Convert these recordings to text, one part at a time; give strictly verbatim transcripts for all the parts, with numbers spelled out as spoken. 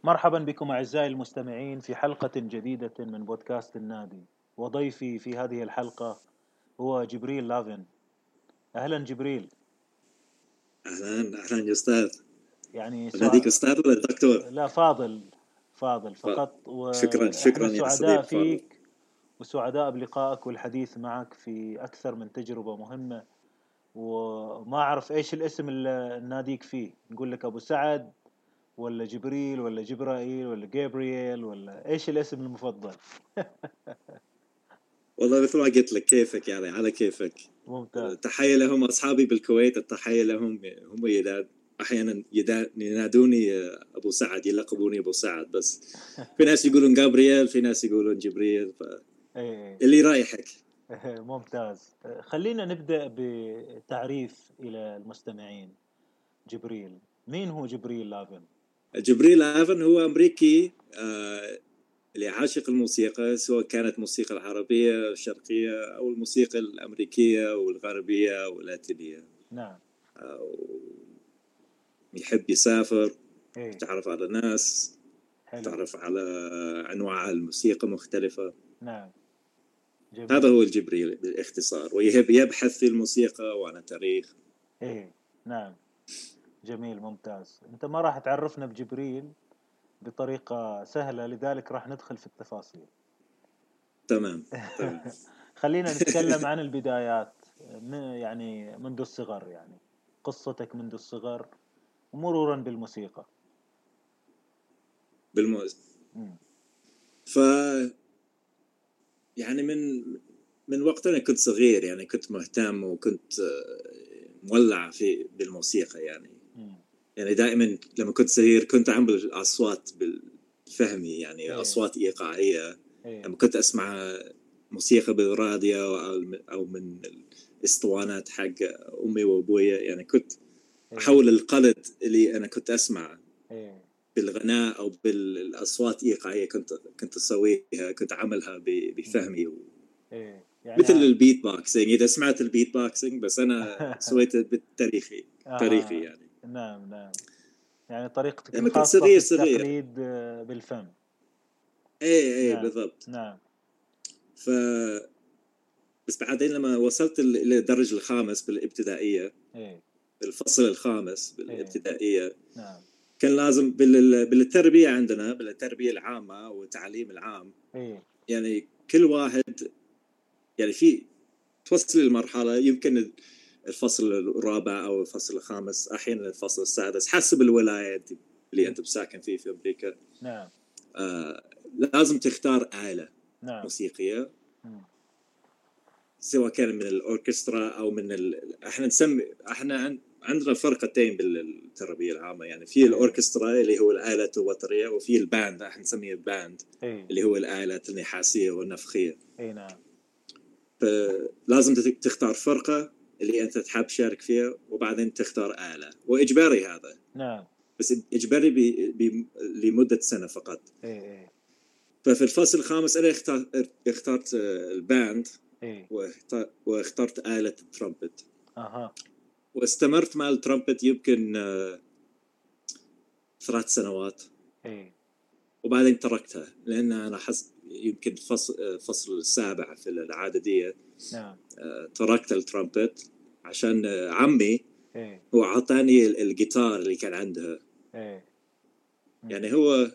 مرحبا بكم أعزائي المستمعين في حلقة جديدة من بودكاست النادي. وضيفي في هذه الحلقة هو جبريل لافن. أهلا جبريل. أهلا أهلا يا أستاذ. يعني أناديك سع... أستاذ ولا دكتور؟ لا فاضل فاضل ف... فقط، شكرا وإحنا شكرا يا سعداء صديق فاضل. فيك وسعداء بلقائك والحديث معك في أكثر من تجربة مهمة. وما أعرف إيش الاسم اللي ناديك فيه، نقول لك أبو سعد ولا جبريل ولا جبرائيل ولا جابرييل ولا إيش الاسم المفضل؟ والله مثل ما قلت لك، كيفك يعني على كيفك. ممتاز. تحية لهم أصحابي بالكويت، التحية لهم. هم يداد أحيانا يدا- ينادوني أبو سعد، يلقبوني أبو سعد، بس في ناس يقولون جابرييل، في ناس يقولون جبريل، إيه. فاللي رايحك. ممتاز. خلينا نبدأ بتعريف إلى المستمعين. جبريل، مين هو جبريل لافن؟ جبريل لافن هو أمريكي، آه اللي عاشق الموسيقى، سواء كانت موسيقى العربية الشرقية أو الموسيقى الأمريكية والغربية واللاتينية. نعم. يحب يسافر، إيه. يتعرف على ناس، حلو. يتعرف على أنواع الموسيقى مختلفة. نعم. جميل. هذا هو الجبريل بالاختصار، ويحب يبحث في الموسيقى وعن تاريخ. إيه. نعم. جميل، ممتاز. أنت ما راح تعرفنا بجبريل بطريقة سهلة، لذلك راح ندخل في التفاصيل. تمام تمام. خلينا نتكلم عن البدايات، يعني منذ الصغر، يعني قصتك منذ الصغر ومرورا بالموسيقى. بالموز مم. ف يعني من من وقت أنا كنت صغير، يعني كنت مهتم وكنت مولع في بالموسيقى يعني. مم. يعني دائما لما كنت صغير كنت أعمل أصوات بالفهمي، يعني إيه. أصوات إيقاعية. إيه. لما كنت أسمع موسيقى بالراديو أو من الاسطوانات حق أمي وأبويا، يعني كنت إيه. أحول القلد اللي أنا كنت أسمع إيه. بالغناء أو بالأصوات إيقاعية، كنت كنت أسويها، كنت أعملها بفهمي و... إيه. يعني مثل ها... البيت بوكسينج، إذا سمعت البيت بوكسينج، بس أنا سويته بالتاريخي تاريخي آه. يعني. نعم نعم. يعني طريقتك لما كنت الخاصة في صغير صغير التقليد بالفم. ايه ايه نعم بالضبط. نعم. ف بس بعدين لما وصلت الى الدرج الخامس بالابتدائيه، إيه. الفصل الخامس إيه. بالابتدائيه، نعم. كان لازم بال... بالتربيه عندنا، بالتربيه العامه والتعليم العام، إيه. يعني كل واحد يعني في توصل للمرحله، يمكن الفصل الرابع او الفصل الخامس، احيانا الفصل السادس، حسب الولايه اللي إيه. انت ساكن فيه في امريكا. نعم. آه لازم تختار آلة نعم. موسيقيه، مم. سواء كان من الأوركسترا أو من ال... احنا نسمي احنا عن... عندنا فرقتين بالتربية العامة، يعني في إيه. الأوركسترا اللي هو الآلة الوترية، وفي الباند احنا نسميه الباند، إيه. اللي هو الآلة النحاسية والنفخية. إيه. نعم. فلازم تختار فرقة اللي أنت تحب تشارك فيها، وبعدين تختار آلة، وإجباري هذا. نعم. بس إجباري ب... ب... لمدة سنة فقط. إيه. إيه. ففي الفصل الخامس أنا اخترت, اخترت الباند، إيه. واخترت آلة الترمبت. أها. واستمرت مع الترمبت يمكن ثلاث سنوات. إيه. وبعدين تركتها لأن أنا حس يمكن فصل فصل السابع في الإعدادية. نعم. تركت الترمبت عشان عمي إيه. هو عطاني الجيتار اللي كان عندها. إيه. يعني هو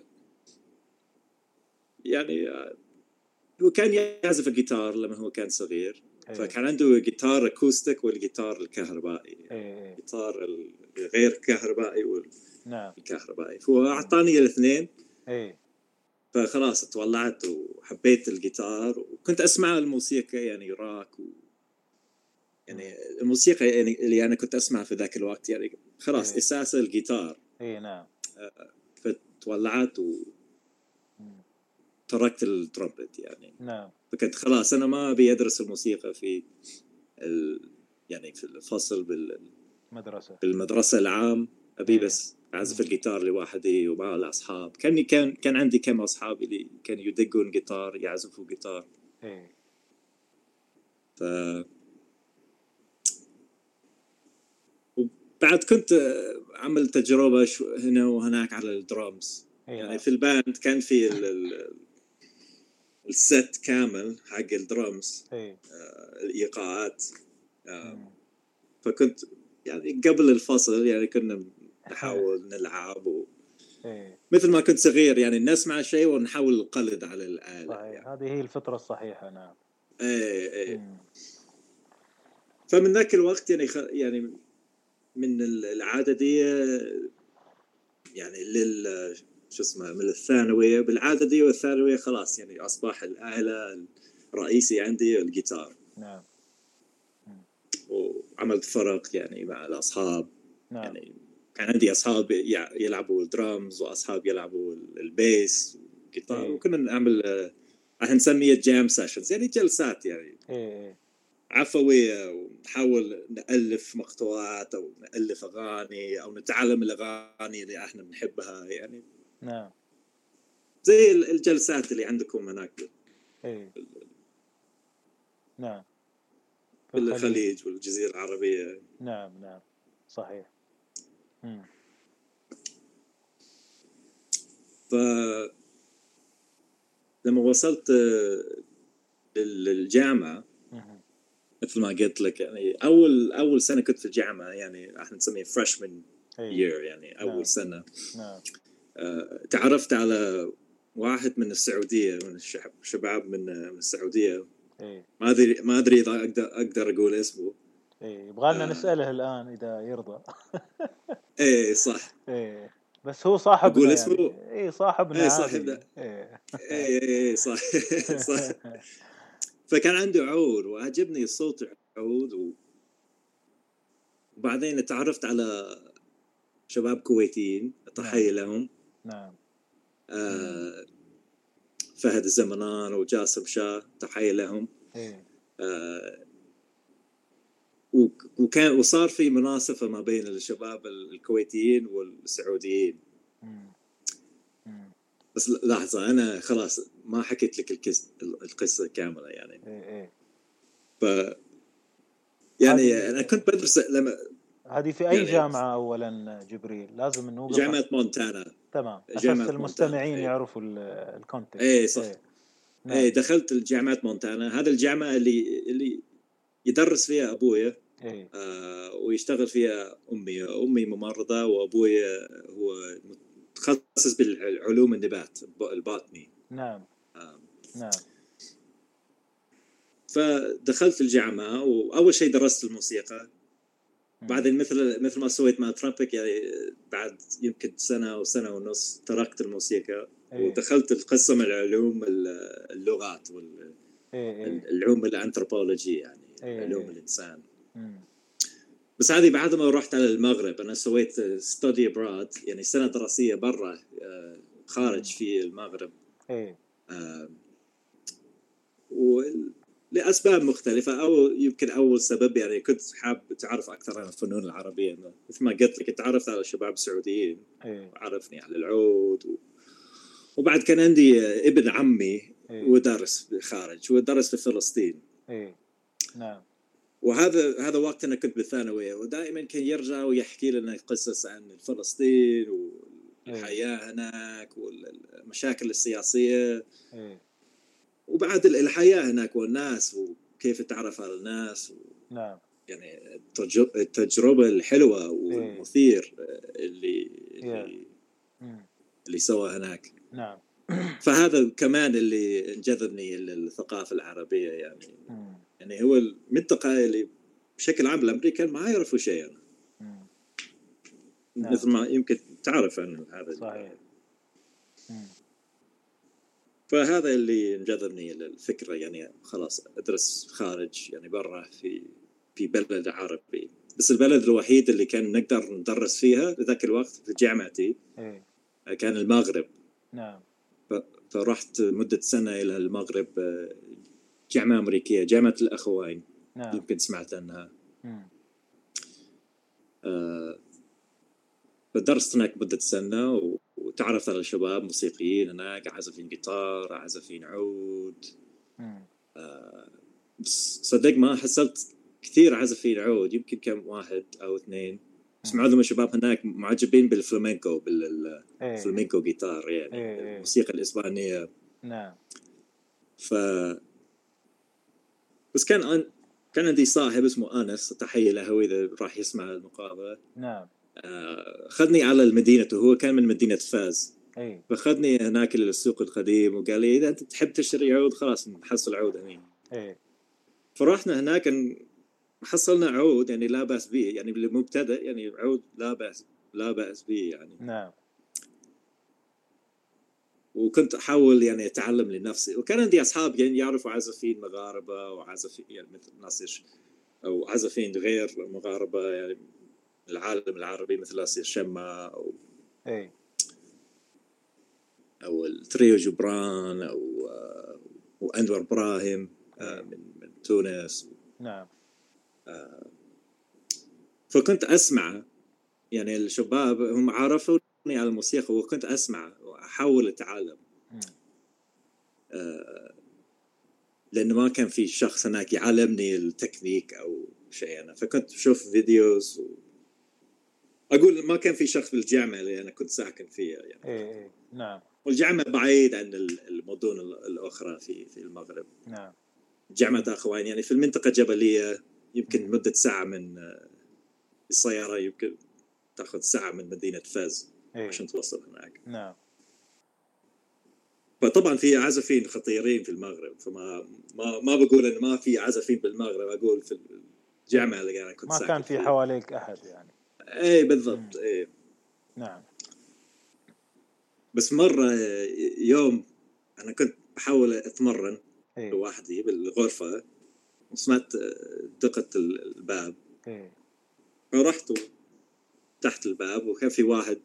يعني هو كان يعزف الجيتار لما هو كان صغير. إيه. فكان عنده جيتار أكوستيك والجيتار الكهربائي، إيه. الجيتار الغير كهربائي نعم. والكهربائي. هو أعطاني الاثنين. إيه. فخلاص تولعت وحبيت الجيتار، وكنت أسمع الموسيقى يعني راك و... يعني الموسيقى يعني اللي أنا كنت أسمع في ذاك الوقت، يعني خلاص إيه. أساس الجيتار. إيه. نعم. فتولعت وتركت الترومبت يعني. نعم. فكنت خلاص أنا ما أبي أدرس الموسيقى في ال... يعني في الفصل بالمدرسة بالمدرسة العام. أبي إيه. بس أعزف الجيتار لوحدي ومع الأصحاب. كان كان كان عندي كم أصحاب اللي كانوا يدقون جيتار، يعزفوا جيتار. إيه. ف وبعد كنت أعمل تجربة هنا وهناك على الدرامز. إيه يعني نعم. في الباند كان في ال- ال- الست كامل حق الدرامز، إيه آه، الإيقاعات. آه، مم. فكنت يعني قبل الفصل يعني كنا نحاول نلعب و... إيه مثل ما كنت صغير يعني نسمع شيء ونحاول نقلد على الآلة صحيح، يعني. هذه هي الفطرة الصحيحة. نعم. ايه ايه. مم. فمن ذاك الوقت يعني خ... يعني من العادة دي يعني لل شو اسمه من الثانوية، بالعادة دي والثانوية خلاص يعني أصبح الآلة الرئيسي عندي الجيتار. نعم. وعملت فرق يعني مع الأصحاب. نعم. يعني كان عندي أصحاب يع- يلعبوا الدرامز وأصحاب يلعبوا البيس والجيتار، إيه وكنا نعمل آه، احنا نسميها جام سيشنز، يعني جلسات يعني إيه إيه عفوية، ونحاول نألف مقطوعات أو نألف أغاني أو نتعلم الأغاني اللي احنا بنحبها يعني، نعم. زي الجلسات اللي عندكم هناك إيه نعم. في في الخليج. الخليج والجزيرة العربية. نعم نعم صحيح. مم. فلما وصلت آه، للجامعة مم. مثل ما قلت لك يعني أول أول سنة كنت في الجامعة، يعني احنا نسميه freshman إيه year يعني أول نعم. سنة. نعم. آه، تعرفت على واحد من السعودية، من الشعب شباب من من السعودية. إيه ما أدري ما أدري إذا أقدر أقدر أقول اسمه. إيه يبغالنا آه، نسأله الآن إذا يرضى. إيه صح. إيه بس هو صاحبنا أقول يعني. اسمه. إيه صاحبنا إيه صاحبنا. عادي. إيه إيه إيه صح. صح. فكان عنده عود وعجبني صوت العود و... وبعدين تعرفت على شباب كويتيين، تحية نعم. لهم. نعم. آه فهد الزمنان وجاسم شاه، تحية لهم. إيه آه وكان وصار في مناصفة ما بين الشباب الكويتيين والسعوديين. مم. مم. بس لحظة، أنا خلاص ما حكيت لك القصة القصة كاملة يعني. إيه إيه ف يعني هذه أنا كنت بدرس لما هذه في أي يعني جامعة أولا جبريل؟ لازم نوقف عن... جامعة مونتانا. تمام أساس جامعة مونتانا المستمعين إيه. يعرفوا ال- الكونتكست. إيه صح. إيه نعم. إيه دخلت الجامعة مونتانا، هذا الجامعة اللي اللي يدرس فيها أبويا. إيه آه ويشتغل فيها أمي. أمي ممرضة وأبويا هو متخصص بالعلوم النبات الباطني. نعم. آه نعم. فدخلت الجامعة وأول شيء درست الموسيقى. مم. بعدين مثل مثل ما سويت مع ترامبك يعني بعد يمكن سنة أو سنة ونص تركت الموسيقى. إيه ودخلت القسم العلوم اللغات إيه إيه والعلوم الأنثروبولوجي يعني إيه علوم إيه. الإنسان. مم. بس هذه بعد ما رحت على المغرب، أنا سويت study abroad يعني سنة دراسية برا آه، خارج مم. في المغرب. إيه آه، ولأسباب مختلفة، أو يمكن أول سبب يعني كنت حاب تعرف أكثر عن الفنون العربية. مثل ما قلت لك تعرفت على شباب سعوديين إيه وعرفني على العود و... وبعد كان عندي ابن عمي إيه ودرس خارج ودرس في فلسطين. إيه نعم. وهذا هذا وقت أنا كنت بالثانوية، ودائما كان يرجع ويحكي لنا قصص عن فلسطين والحياة هناك والمشاكل السياسية. إيه وبعد الحياة هناك والناس وكيف تعرف على الناس و... نعم. يعني التجربة الحلوة والمثير اللي اللي, مم. اللي سوى هناك. نعم. فهذا كمان اللي انجذبني للثقافة العربية يعني. مم. يعني هو المنطقة اللي بشكل عام الأمريكان ما يعرفوا شيء أنا. مم. مثل نعم ما يمكن تعرف عن هذا. صحيح. مم. فهذا اللي انجذبني للفكرة يعني خلاص أدرس خارج يعني برا في في بلد عربي. بس البلد الوحيد اللي كان نقدر ندرس فيها في ذاك الوقت في جامعتي إيه كان المغرب. نعم. فرحت مدة سنة إلى المغرب، جامعة أمريكية، جامعة الأخوين. نعم. يمكن سمعت عنها. مم. آه فدرست هناك مدة سنة وتعرفت على شباب موسيقيين هناك، عازفين جيتار، عازفين عود. مم. آه بس صدق ما حصلت كثير عازفين عود، يمكن كم واحد أو اثنين. بس معظم الشباب هناك معجبين بالفلامينكو بالفلامينكو إيه. جيتار يعني إيه إيه. الموسيقى الإسبانية. نعم. ف بس كان أن... كان عندي صاحب اسمه أنس، تحية له إذا راح يسمع المقابلة. نعم. آه... خذني على المدينة، وهو كان من مدينة فاز. إيه. فخذني هناك للسوق القديم وقال لي إذا أنت تحب تشتري عود خلاص نحصل عود هني. إيه. فرحنا هناك ن... حصلنا عود يعني لا بأس به، يعني للمبتدئ يعني عود لا بأس لا بأس به يعني. نعم. وكنت أحاول يعني أتعلم لنفسي، وكان عندي أصحاب يعني يعرفوا عازفين مغاربة وعازفين يعني مثل ناصر أو عازفين غير مغاربة يعني العالم العربي مثل ناصر شما أو إيه. أو التريو جبران أو وأنور إبراهيم إيه. من من تونس. نعم. فكنت أسمع يعني الشباب هم عرفوني على الموسيقى وكنت أسمع وأحاول أتعلم. آه لأنه ما كان في شخص هناك يعلمني التكنيك أو شيء أنا، فكنت أشوف فيديوز و... أقول ما كان في شخص في الجامعة اللي أنا كنت ساكن فيها يعني. إيه إيه. نعم. والجامعة بعيد عن المدن الأخرى في في المغرب. نعم. جامعة أخوان يعني في المنطقة جبلية، يمكن مدة ساعة من السيارة، يمكن تأخذ ساعة من مدينة فاز إيه. عشان توصل هناك. نعم. فطبعا في عازفين خطيرين في المغرب، فما ما ما بقول إن ما في عازفين بالمغرب، أقول في الجامعة اللي أنا كنت ما ساكن كان في فيها. حواليك أحد يعني. ايه بالضبط. ايه نعم. بس مرة يوم أنا كنت بحاول أتمرن إيه. لوحدي بالغرفة وسمعت دقة الباب. إيه. فرحت تحت الباب وكان في واحد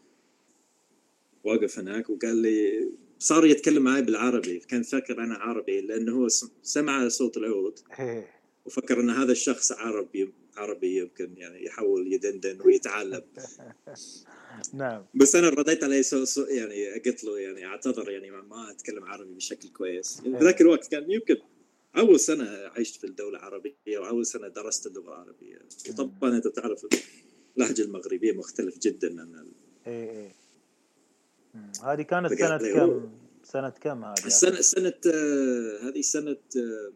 واقف هناك وقال لي، صار يتكلم معي بالعربي، كان فكر أنا عربي لأنه هو سمع صوت العود إيه. وفكر أن هذا الشخص عربي عربي يمكن يعني يحاول يدندن ويتعلم. نعم. بس أنا رديت عليه سو سو يعني قلت له يعني أعتذر يعني ما أتكلم عربي بشكل كويس. يعني في ذاك الوقت كان يمكن أول سنة عشت في الدولة العربية وأول سنة درست اللغة العربية. طبعا أنت تعرف اللهجة المغربية مختلف جدا عن ال... إيه إيه. هذه كانت سنة كم؟ سنة كم هذه؟ السنة سنة آه هذه سنة آه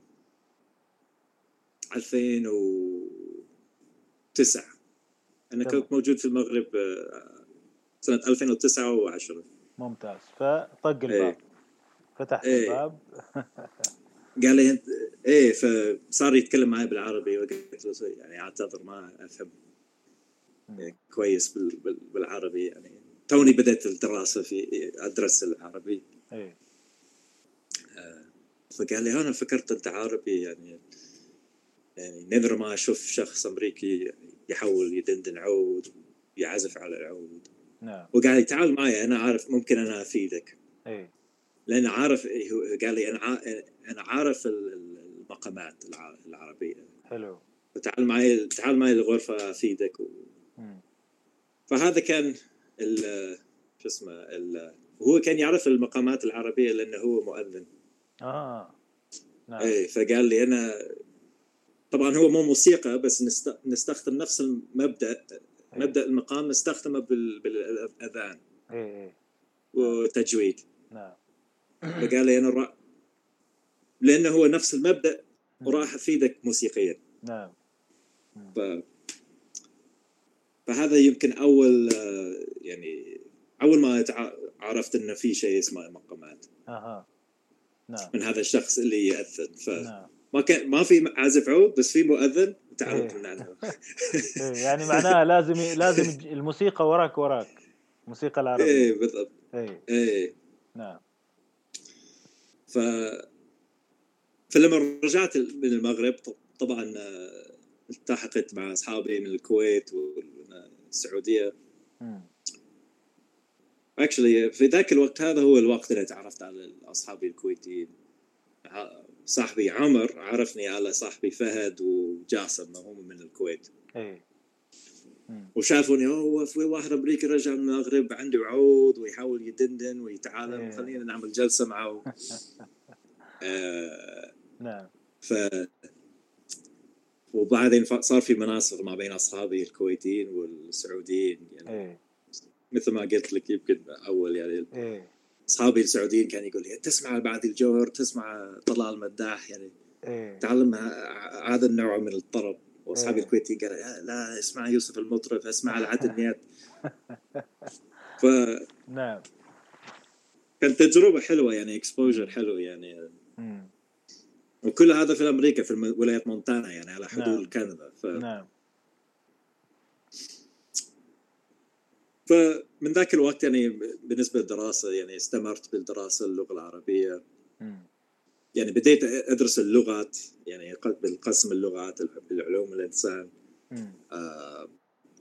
ألفين وتسعة. أنا تمام. كنت موجود في المغرب آه سنة ألفين وتسعة وعشرة. ممتاز. فطق الباب. إيه. فتحت إيه. الباب. قال لي إيه، فصار يتكلم معي بالعربي وقلت له يعني أعتذر ما أفهم يعني كويس بال بال بالعربي يعني توني بدأت الدراسة في أدرس العربي. إيه. آه فقال لي أنا فكرت أنت عربي يعني يعني نذر ما أشوف شخص أمريكي يعني يحاول يدندن عود يعزف على العود. نعم. وقال لي تعال معي أنا عارف ممكن أنا أفيدك. إيه. لأن عارف قال لي أنا أنا عارف المقامات العربية. حلو. فتعال معي تعال معي الغرفة أفيدك. و... فهذا كان ال شو اسمه ال هو كان يعرف المقامات العربية لأنه هو مؤذن. آه. نعم. إيه فقال لي أنا طبعا هو مو موسيقى بس نست... نستخدم نفس المبدأ. إيه. مبدأ المقام نستخدمه بال... بالأذان. إيه. وتجويد. نعم. فقال لي أنا الرأ... لأنه هو نفس المبدأ وراح أفيدك موسيقيا. نعم. ف... فهذا يمكن أول يعني أول ما عرفت إنه في شيء اسمه مقامات. أها. نعم. من هذا الشخص اللي يأذن. ف نعم. ما كان ما في عازف عود بس في مؤذن وتعلمت من عنه. يعني معناها لازم لازم الموسيقى وراك وراك الموسيقى العربية. إيه بالضبط. إيه. إيه. نعم. ف فلما رجعت من المغرب طبعا التحقت مع أصحابي من الكويت والسعودية. actually في ذاك الوقت هذا هو الوقت اللي تعرفت على أصحابي الكويتيين. صاحبي عمر عرفني على صاحبي فهد وجاسم هم من الكويت. إيه. وشافوني هو في واحد أمريكي رجع من المغرب عنده عود ويحاول يدندن ويتعلم. إيه. خلينا نعمل جلسة معه. آه نعم. ف وبعدين صار في مناصب ما بين أصحابي الكويتيين والسعوديين يعني ايه مثل ما قلت لك يمكن أول يعني ايه أصحابي السعوديين كانوا يقول لي تسمع بعد الجوهر، تسمع طلال مداح، يعني ايه تعلم هذا النوع من الطرب. وأصحابي إيه. الكويتيين قالوا لا, لا اسمع يوسف المطرب، اسمع العدنيات. ف نعم كانت تجربة حلوة يعني اكسبوجر حلو يعني. مم. وكل هذا في أمريكا في ولاية مونتانا يعني على حدود نعم. كندا. ف... نعم فمن ذاك الوقت يعني بالنسبة للدراسة يعني استمرت بالدراسة اللغة العربية. مم. يعني بديت أدرس اللغات يعني بالقسم اللغات بالعلوم الإنسان. آه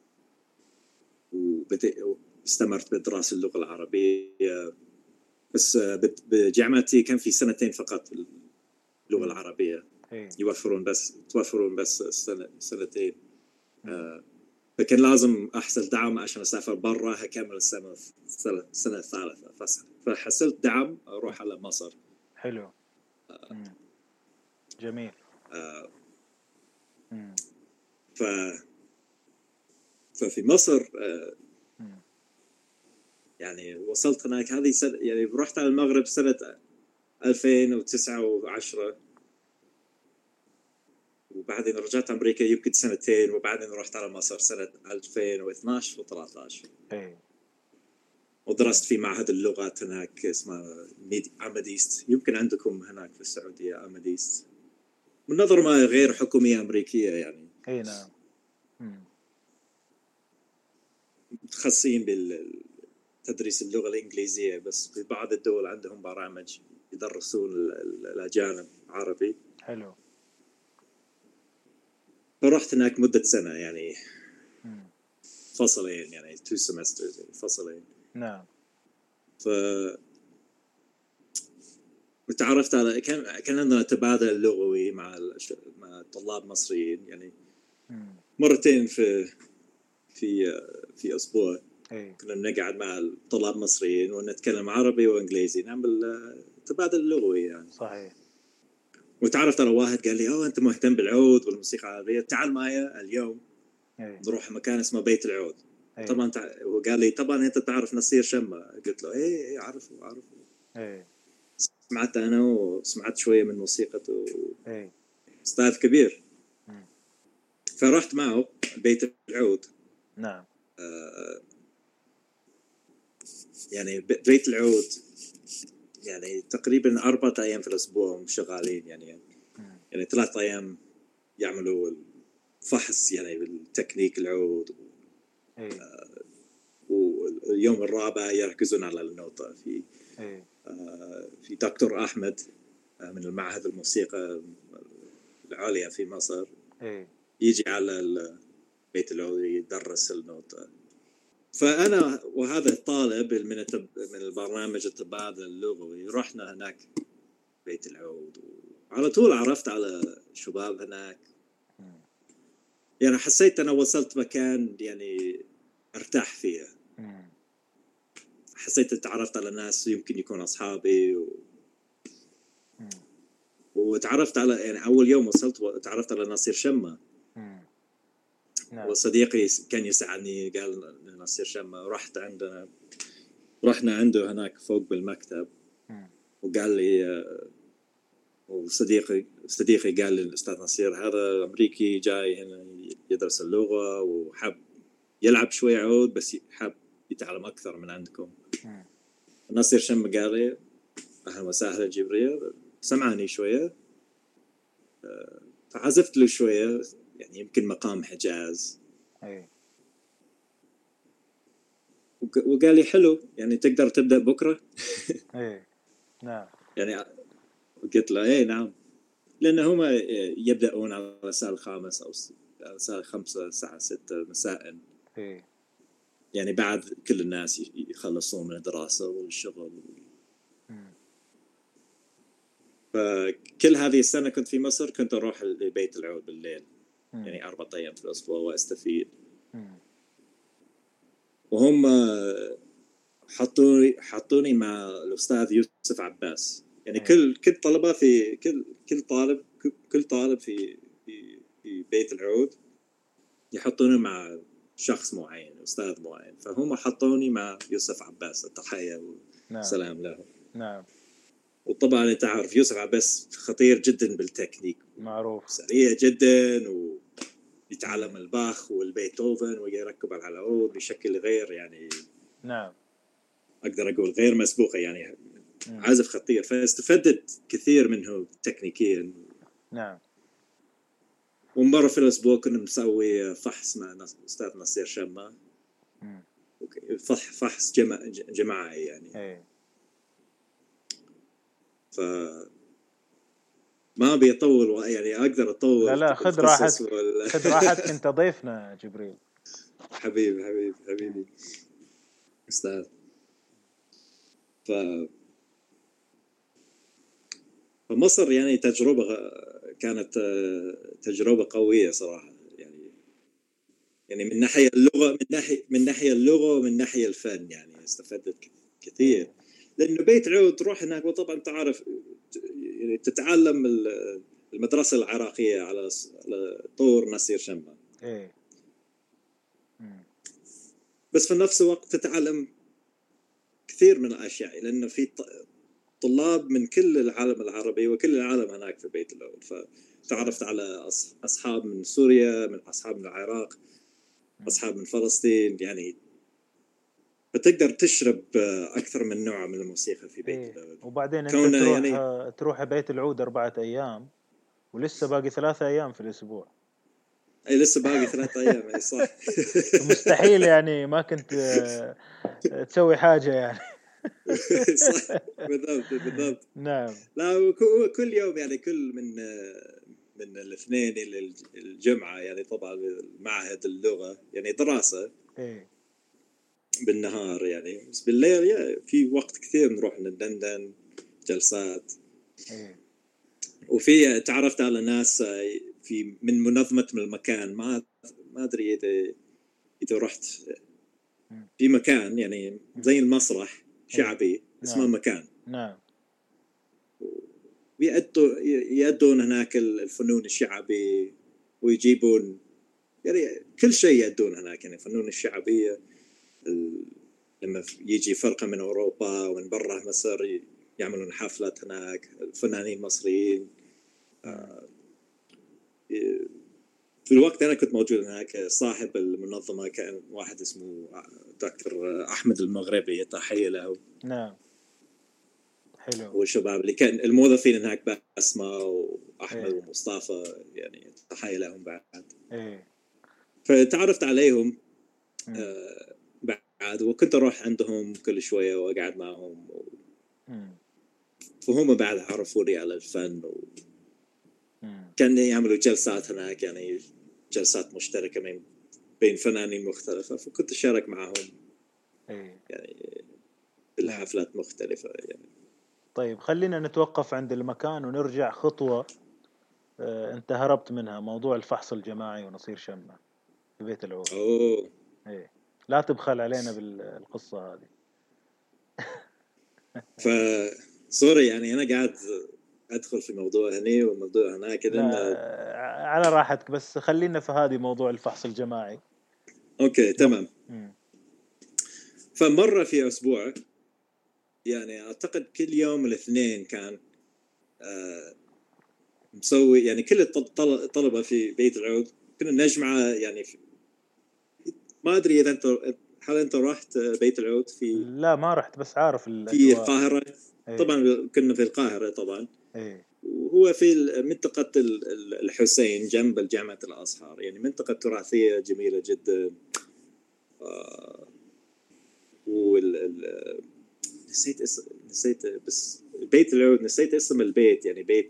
وبدأ استمرت بدراسة اللغة العربية، بس بجامعتي كان في سنتين فقط اللغة مم. العربية إيه. يوفرون بس توفرون بس سنة سنتين. آه فكان لازم أحصل دعم عشان أسافر برا هكمل السنة السنة الثالثة. فحصلت دعم أروح على مصر. حلو. مم. جميل. آه مم. ف ففي مصر آه يعني وصلت هناك هذه سنة يعني رحت على المغرب سنة ألفين وتسعة وعشرة، وبعدين رجعت أمريكا يمكن سنتين، وبعدين رحت على مصر سنة ألفين واثناشر وثلاثة عشر. إيه. ودرست في معهد اللغات هناك اسمه أماديست، يمكن عندكم هناك في السعودية أماديست، منظمة غير حكومية أمريكية يعني. إيه نعم. مم. متخصصين بالتدريس اللغة الإنجليزية، بس في بعض الدول عندهم برامج يدرسون الأجانب عربي. حلو. فرحت هناك مدة سنة يعني مم. فصلين يعني two semesters يعني فصلين. نعم. ف وتعرفت على كان كان عندنا تبادل لغوي مع مع طلاب مصريين يعني مم. مرتين في في في أسبوع. إيه. كنا نقعد مع الطلاب مصريين ونتكلم عربي وإنجليزي، نعمل تبادل لغوي يعني. صحيح. وتعرفت على واحد قال لي أوه أنت مهتم بالعود والموسيقى العربية، تعال معي اليوم إيه. نروح مكان اسمه بيت العود. إيه. طبعا تع... هو قال لي طبعا أنت تعرف نصير شمة؟ قلت له إيه إيه أعرفه أعرفه. إيه. سمعت أنا وسمعت شوية من موسيقته. إيه. أستاذ كبير. مم. فرحت معه بيت العود. نعم. آه يعني بيت العود يعني تقريبا أربعة أيام في الأسبوع شغالين يعني. مم. يعني ثلاث أيام يعملوا الفحص يعني بالتكنيك العود. إيه. آه واليوم الرابع يركزون على النوتة. في إيه. آه في دكتور أحمد آه من المعهد الموسيقى العالية في مصر. إيه. يجي على بيت العود يدرس النوتة. فأنا وهذا الطالب من من البرنامج التبادل اللغوي رحنا هناك بيت العود، وعلى طول عرفت على شباب هناك. مم. يعني حسيت أنا وصلت مكان يعني أرتاح فيه. مم. حسيت تعرفت على ناس يمكن يكون أصحابي و... مم. وتعرفت على يعني أول يوم وصلت تعرفت على نصير شمة. مم. نعم. وصديقي كان يساعدني قال نصير شمة. رحت عندنا رحنا عنده هناك فوق بالمكتب. مم. وقال لي وصديقي صديقي قال لي الأستاذ نصير هذا أمريكي جاي هنا يدرس اللغة وحب يلعب شوية عود بس حب يتعلم أكثر من عندكم. مم. نصير شم قال لي أهلا وسهلا جبريل. سمعني شوية فعزفت له شوية يعني يمكن مقام حجاز. إيه. وقال لي حلو يعني تقدر تبدأ بكرة. إيه. نعم. يعني قلت له إيه نعم، لأن هم يبدأون على الساعة الخامس أو الساعة خمسة الساعة ستة مساء. إيه. يعني بعد كل الناس يخلصون من الدراسة والشغل. مم. فكل هذه السنة كنت في مصر كنت أروح لبيت العود بالليل. مم. يعني أربعة أيام في الأسبوع وأستفيد. مم. وهم حطوني حطوني مع الأستاذ يوسف عباس. يعني إيه. كل كل طلبة في كل كل طالب كل طالب في في في بيت العود يحطوني مع شخص معين أستاذ معين، فهم حطوني مع يوسف عباس، التحية والسلام له. نعم. وطبعا انت عارف يوسف عباس خطير جدا بالتكنيك، معروف، سريع جدا، ويتعلم مم. الباخ والبيتهوفن ويركب على العود بشكل غير يعني نعم اقدر اقول غير مسبوقه يعني. مم. عازف خطير، فاستفدت كثير منه تكنيكيا. نعم. ومرة في الأسبوع كنا مسوي فحص مع أستاذ نصير شمة، فح فحص جمع جماعي يعني. أي. ف ما بيطول يعني، أقدر أطول. لا لا خذ راحتك ولا... خذ راحتك أنت ضيفنا جبريل. حبيبي حبيبي حبيبي أستاذ. ف فمصر يعني تجربة كانت تجربة قوية صراحة يعني. يعني من ناحية اللغة، من ناحية من ناحية اللغة ومن ناحية الفن يعني استفدت كثير. لأنه بيت عود تروح هناك، وطبعا تعرف يعني تتعلم المدرسة العراقية على على طور نصير شمة. إيه. بس في نفس الوقت تتعلم كثير من الأشياء، لأنه في طلاب من كل العالم العربي وكل العالم هناك في بيت العود. فتعرفت على أصحاب من سوريا، من أصحاب من العراق، أصحاب من فلسطين يعني. فتقدر تشرب أكثر من نوع من الموسيقى في بيت إيه. العود. وبعدين أنت تروح يعني... تروح بيت العود أربعة أيام ولسه باقي ثلاثة أيام في الأسبوع. أي لسه باقي ثلاثة أيام. أي صح. مستحيل يعني ما كنت تسوي حاجة يعني. صح بالضبط بالضبط. نعم. لا كل يوم يعني، كل من من الاثنين إلى الجمعة يعني. طبعا معهد اللغة يعني دراسة. إيه. بالنهار يعني، بس بالليل يعني في وقت كثير نروح ندندن جلسات. إيه. وفي تعرفت على ناس في من منظمة من المكان. ما ما أدري إذا إذا رحت في مكان يعني زي المسرح شعبي. إيه. اسمه نعم. مكان. نعم. ويأدوا يأدون هناك الفنون الشعبي، ويجيبون يعني كل شيء يأدون هناك يعني. الفنون الشعبية لما يجي فرقة من أوروبا ومن برا مصر يعملون حفلات هناك، الفنانين المصريين. في الوقت أنا كنت موجود هناك، صاحب المنظمة كان واحد اسمه دكتور أحمد المغربي، تحية له. نعم. حلو. والشباب اللي كان الموظفين هناك بسمة وأحمد إيه. ومصطفى يعني، تحية لهم بعد. إيه. فتعرفت عليهم آه بعد، وكنت أروح عندهم كل شوية وأقعد معهم و... فهم بعد عرفوني على الفن و... كان يعملوا جلسات هناك يعني، جلسات مشتركة من بين فنانين مختلفة، فكنت أشارك معهم. إيه. يعني الحفلات مختلفة يعني. طيب خلينا نتوقف عند المكان ونرجع خطوة اه انت هربت منها، موضوع الفحص الجماعي ونصير شمة في بيت العود. أوه. إيه. لا تبخل علينا بالقصة هذه. فسوري يعني أنا قاعد أدخل في موضوع هني وموضوع هناك. لا على راحتك، بس خلينا في هذه موضوع الفحص الجماعي. أوكي تمام. م. فمرة في أسبوع يعني أعتقد كل يوم الاثنين كان آه مسوي يعني كل الطلبة في بيت العود كنا نجمع يعني في... ما أدري إذا أنت هل أنت رحت بيت العود في... لا ما رحت، بس عارف في القاهرة. ايه. طبعا كنا في القاهرة طبعا. ايه. وهو في منطقة الحسين جنب الجامعة الأزهر يعني، منطقة تراثية جميلة جدا. آه وال نسيت اسم نسيت بس بيت العود نسيت اسم البيت يعني. بيت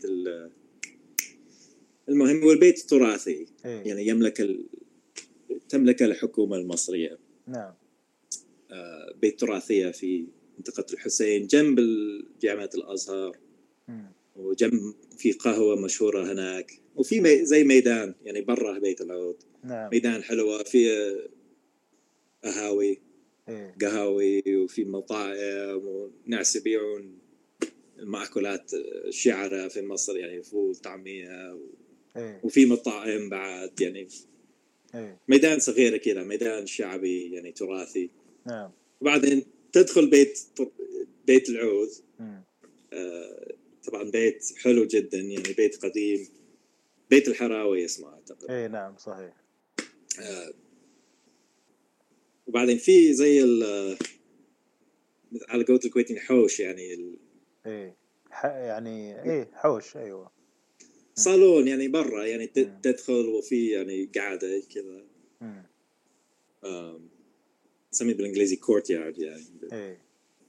المهم هو البيت التراثي. إيه. يعني يملك ال... تملك الحكومة المصرية. نعم. آه بيت تراثية في منطقة الحسين جنب جامعة الأزهر. م. وجنب في قهوة مشهورة هناك، وفي مي... زي ميدان يعني برا بيت العود. نعم. ميدان حلوة، في قهاوي. إيه. قهاوي وفي مطاعم وناس يبيعون المأكولات الشعرة في مصر يعني، فول طعمية ايه وفي مطاعم بعد يعني ايه ميدان صغير كذا، ميدان شعبي يعني تراثي. نعم. وبعدين تدخل بيت بيت العود. مم. آه طبعا بيت حلو جدا يعني، بيت قديم، بيت الحراوي اسمه اعتقد. ايه نعم صحيح. آه وبعدين في زي ال على قولة الكويتيين حوش يعني ال... ايه ح... يعني ايه حوش، ايوه. مم. صالون يعني برا يعني ت- مم. تدخل وفي يعني قاعدة كذا. مم. آم، نسميه بالانجليزي كورت يارد يعني. ايه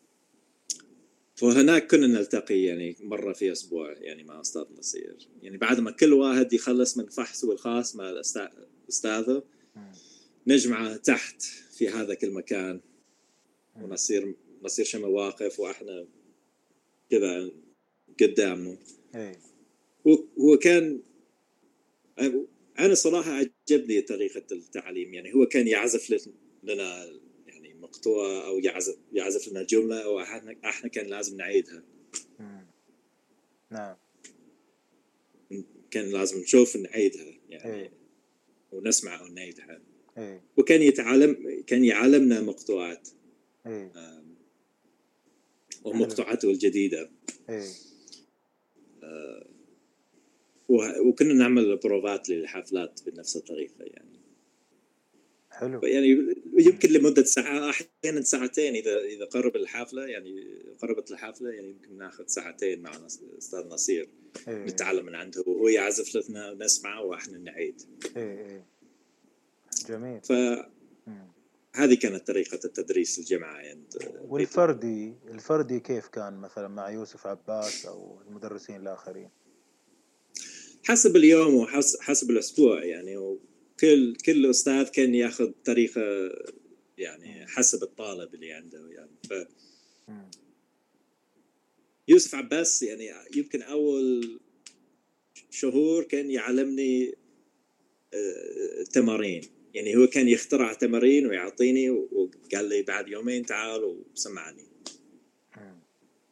فهناك كنا نلتقي يعني مرة في أسبوع يعني مع أستاذ نصير، يعني بعد ما كل واحد يخلص من فحصه الخاص مع الأستا- أستاذه مم. نجمعه تحت في هذا كل مكان، مم. ونصير نصير شي مواقف وإحنا كذا قدامه. ايه هو هو كان، أنا صراحة عجبني طريقة التعليم، يعني هو كان يعزف لنا يعني مقطوعة أو يعزف يعزف لنا جملة وإحنا إحنا كان لازم نعيدها. مم. نعم. كان لازم نشوف نعيدها يعني ايه ونسمع ونعيدها. ايه وكان يتعلم كان يعلمنا مقطوعات ايه آم، حلو. ومقطوعاته الجديدة. ايه و- وكنا نعمل بروفات للحفلات بنفس الطريقة يعني. حلو. يعني يمكن لمدة ساعة، أحيانا ساعتين إذا إذا قرب الحفلة يعني قربت الحفلة يعني يمكن ناخذ ساعتين مع نص- أستاذ نصير ايه نتعلم من عنده وهو يعزف لنا ونسمعه وإحنا نعيد. ايه ايه جميل. فهذه مم. كانت طريقة التدريس الجامعة عند بيت العود. والفردي الفردي كيف كان مثلا مع يوسف عباس او المدرسين الاخرين؟ حسب اليوم وحسب الأسبوع يعني، وكل كل أستاذ كان ياخذ طريقة يعني مم. حسب الطالب اللي عنده يعني. ف مم. يوسف عباس يعني يمكن أول شهور كان يعلمني آه، تمارين، يعني هو كان يخترع تمارين ويعطيني وقال لي بعد يومين تعال وسمعني. مم.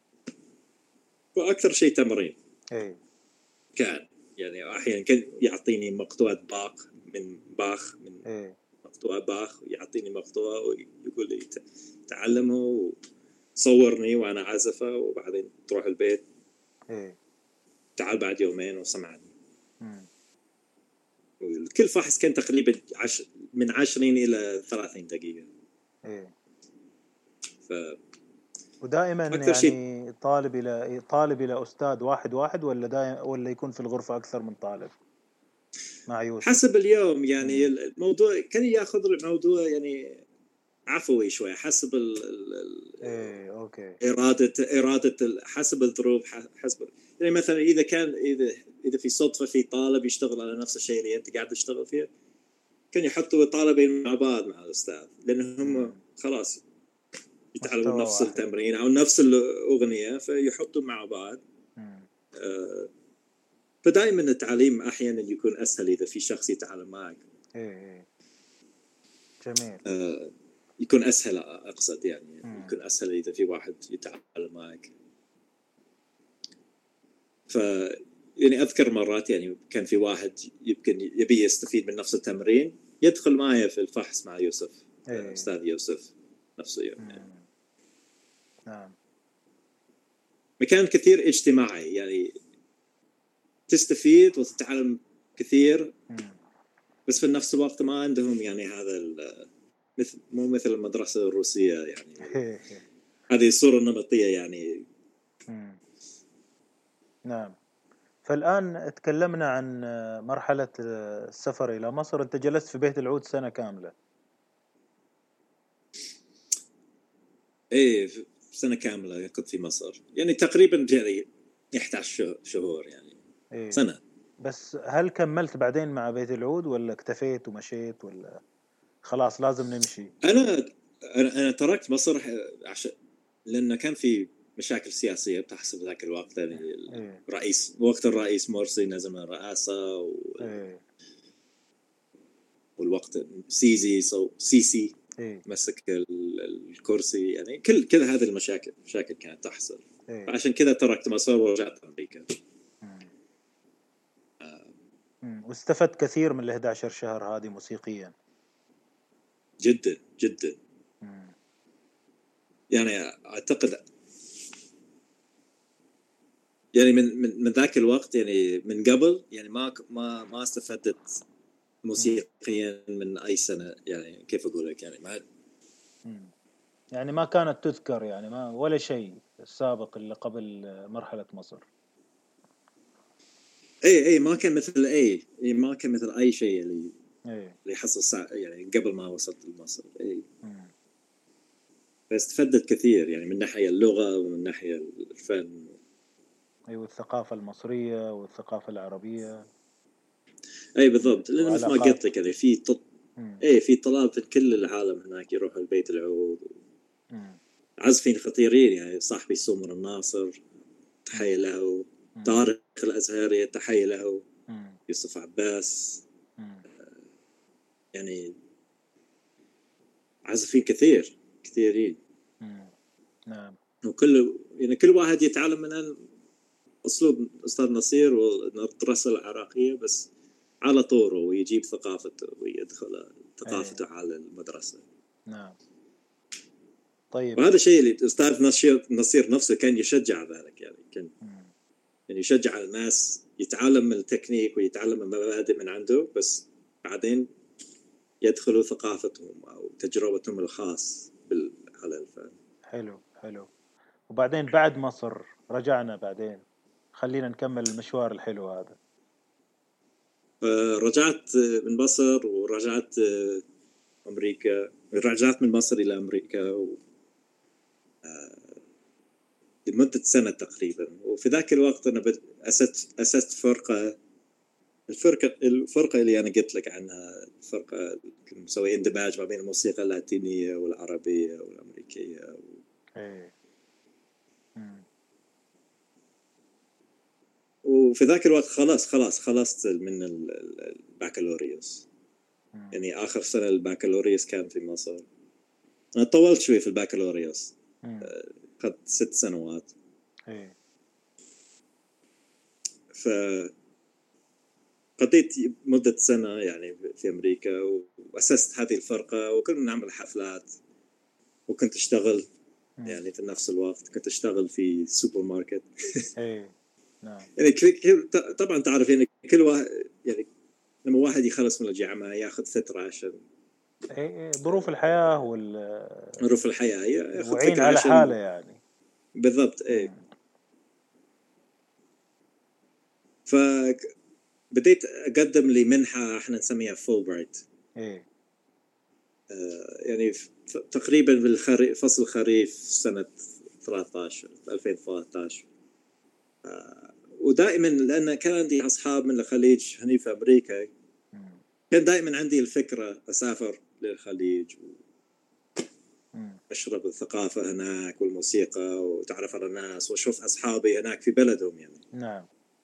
وأكثر شيء تمارين ايه كان يعني أحيانا كان يعطيني مقطوعة باخ من باخ من ايه مقطوعة باخ، يعطيني مقطوعة ويقول لي ت- تعلمه وصورني وأنا عازفة وبعدين تروح البيت ايه تعال بعد يومين وسمعني. مم. كل فحص كان تقريبا عش... من عشرين إلى ثلاثين دقيقة. ايه فأكثر ودائما شيء يعني طالب الى طالب الى استاذ واحد واحد، ولا دائما ولا يكون في الغرفة اكثر من طالب مع يوسف؟ حسب اليوم يعني مم. الموضوع كان ياخذ الموضوع يعني عفوي شوي حسب ال... ال... ال... ايه اوكي. إرادة إرادة ال- حسب الظروف حسب يعني مثلا إذا كان إذا إذا في صدفة في طالب يشتغل على نفس الشيء اللي أنت قاعد تشتغل فيه كان يحطوا الطالبين مع بعض مع الأستاذ، لأنهم مم. خلاص يتعلموا مستوى نفس واحد. التمرين أو نفس الأغنية فيحطوا مع بعض. مم. آه، فدائما التعليم أحيانا يكون أسهل إذا في شخص يتعلم معك. ايه ايه جميل. آه، يكون أسهل أقصد يعني مم. يكون أسهل إذا في واحد يتعلم معك. ف يعني أذكر مرات يعني كان في واحد يمكن يبي يستفيد من نفس التمرين يدخل معي في الفحص مع يوسف. ايه أستاذ يوسف نفسه يعني. مم. نعم. مكان كثير اجتماعي يعني تستفيد وتتعلم كثير، مم. بس في نفس الوقت ما عندهم يعني هذا مثل مو مثل المدرسة الروسية يعني. إيه. هذه الصورة النمطية يعني. مم. نعم. فالآن تكلمنا عن مرحلة السفر إلى مصر. أنت جلست في بيت العود سنة كاملة؟ ايه سنة كاملة كنت في مصر يعني تقريبا يعني إحدى عشر شهور يعني إيه. سنة. بس هل كملت بعدين مع بيت العود ولا اكتفيت ومشيت ولا خلاص لازم نمشي؟ أنا أنا, أنا تركت مصر عشان لأن كان في مشاكل سياسية بتحصل ذاك الوقت يعني. إيه. الرئيس وقت الرئيس مرسي نزل من الرئاسة و... إيه. والوقت سيسي سو سيسي إيه. مسك الكرسي يعني كل كل هذه المشاكل مشاكل كانت تحصل. إيه. فعشان كذا تركت مصر ورجعت أمريكا. مم. آه. مم. واستفدت كثير من ال إحدى عشر شهر هذه موسيقيا. جدا جدا. مم. يعني اعتقد يعني من من من ذاك الوقت، يعني من قبل، يعني ما ما ما استفدت موسيقيا من اي سنه. يعني كيف اقول لك، يعني ما مم. يعني ما كانت تذكر، يعني ما ولا شيء السابق اللي قبل مرحلة مصر. اي اي ما كان مثل اي اي ما كان مثل اي شيء اللي ايه. اللي حصل ساعة يعني قبل ما وصلت لمصر. اي مم. فاستفدت كثير، يعني من ناحيه اللغه ومن ناحيه الفن. اي، والثقافة المصرية والثقافة العربية اي بالضبط، لان مثل ما وعلاقات. قلت لك يعني في ط... مم. اي في طلاب في كل العالم هناك يروحوا البيت العود. مم. عازفين خطيرين، يعني صاحبي سمر الناصر، تحية مم. له. مم. طارق الأزهري، تحية له. مم. يوسف عباس، مم. يعني عازفين كثير كثيرين. مم. نعم. وكل يعني كل واحد يتعلم من أسلوب أستاذ نصير والدراسة العراقية، بس على طوره، ويجيب ثقافته ويدخل ايه. ثقافته على المدرسة. نعم. طيب. وهذا الشيء اللي أستاذ نصير نصير نفسه كان يشجع ذلك، يعني كان مم. يعني يشجع الناس يتعلم من التكنيك ويتعلم المبادئ من عنده، بس بعدين يدخلوا ثقافتهم أو تجربتهم الخاص بال... على الفن. حلو حلو. وبعدين بعد مصر رجعنا بعدين، خلينا نكمل المشوار الحلو هذا. فرجعت من مصر ورجعت أمريكا. رجعت من مصر إلى أمريكا و... لمدة سنة تقريبا. وفي ذاك الوقت أنا بد... أسست أسست فرقة. الفرقة الفرقة اللي أنا قلت لك عنها، الفرقة مسوي اندماج ما بين الموسيقى اللاتينية والعربية والأمريكية و... ايه. مم. وفي ذاك الوقت خلاص خلاص خلصت من البكالوريوس. مم. يعني آخر سنة البكالوريوس كان في مصر. أنا طولت شوي في البكالوريوس، مم. أخذت ست سنوات. ايه. فقضيت مدة سنة يعني في أمريكا، وأسست هذه الفرقة، وكنا نعمل حفلات، وكنت أشتغل مم. يعني في نفس الوقت كنت أشتغل في سوبر ماركت. ايه. نعم. يعني كل- طبعا تعرف يعني كل واحد، يعني لما واحد يخلص من الجامعة ياخذ فترة عشان ايه. إيه. ظروف الحياة وال ظروف الحياة، ياخذ وعين فترة على حاله عشان يعني. بالضبط. ايه. مم. فبديت أقدم لي منحة احنا نسميها فولبرايت. ايه. آه يعني ف- تقريبا بالخريف، فصل الخريف سنة ثلاثة عشر ألفين وثلاثة عشر. آه ودائما لأن كان عندي أصحاب من الخليج هني في أمريكا، مم. كان دائما عندي الفكرة أسافر للخليج مم. وأشرب الثقافة هناك والموسيقى وتعرف على الناس وأشوف أصحابي هناك في بلدهم يعني. نعم.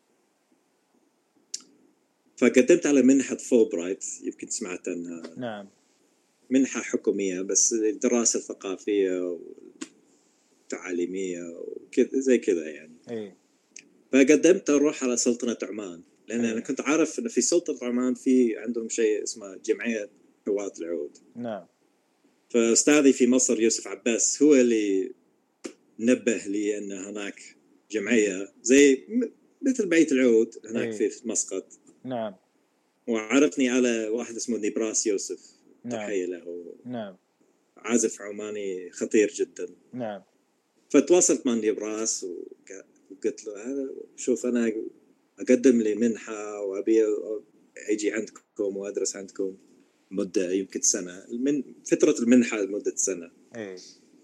فقدمت على منحة فولبرايت، يمكن سمعت عنها. نعم. منحة حكومية بس الدراسة الثقافية والتعليمية وكذا زي كذا يعني. ايه. فقدمت أروح على سلطنة عمان، لأن إيه. أنا كنت عارف أن في سلطنة عمان في عندهم شيء اسمه جمعية هواة العود. نعم. فأستاذي في مصر يوسف عباس هو اللي نبه لي أن هناك جمعية زي مثل بيت العود هناك ايه. في مسقط. نعم. وعرفني على واحد اسمه نيبراس يوسف، نعم. تحية له، نعم. عازف عماني خطير جدا. نعم. فتواصلت مع نيبراس وقلت له هذا شوف أنا أقدم لي منحة وأبي أجي عندكم وأدرس عندكم مدة يمكن سنة، من فترة المنحة لمدة سنة. ايه.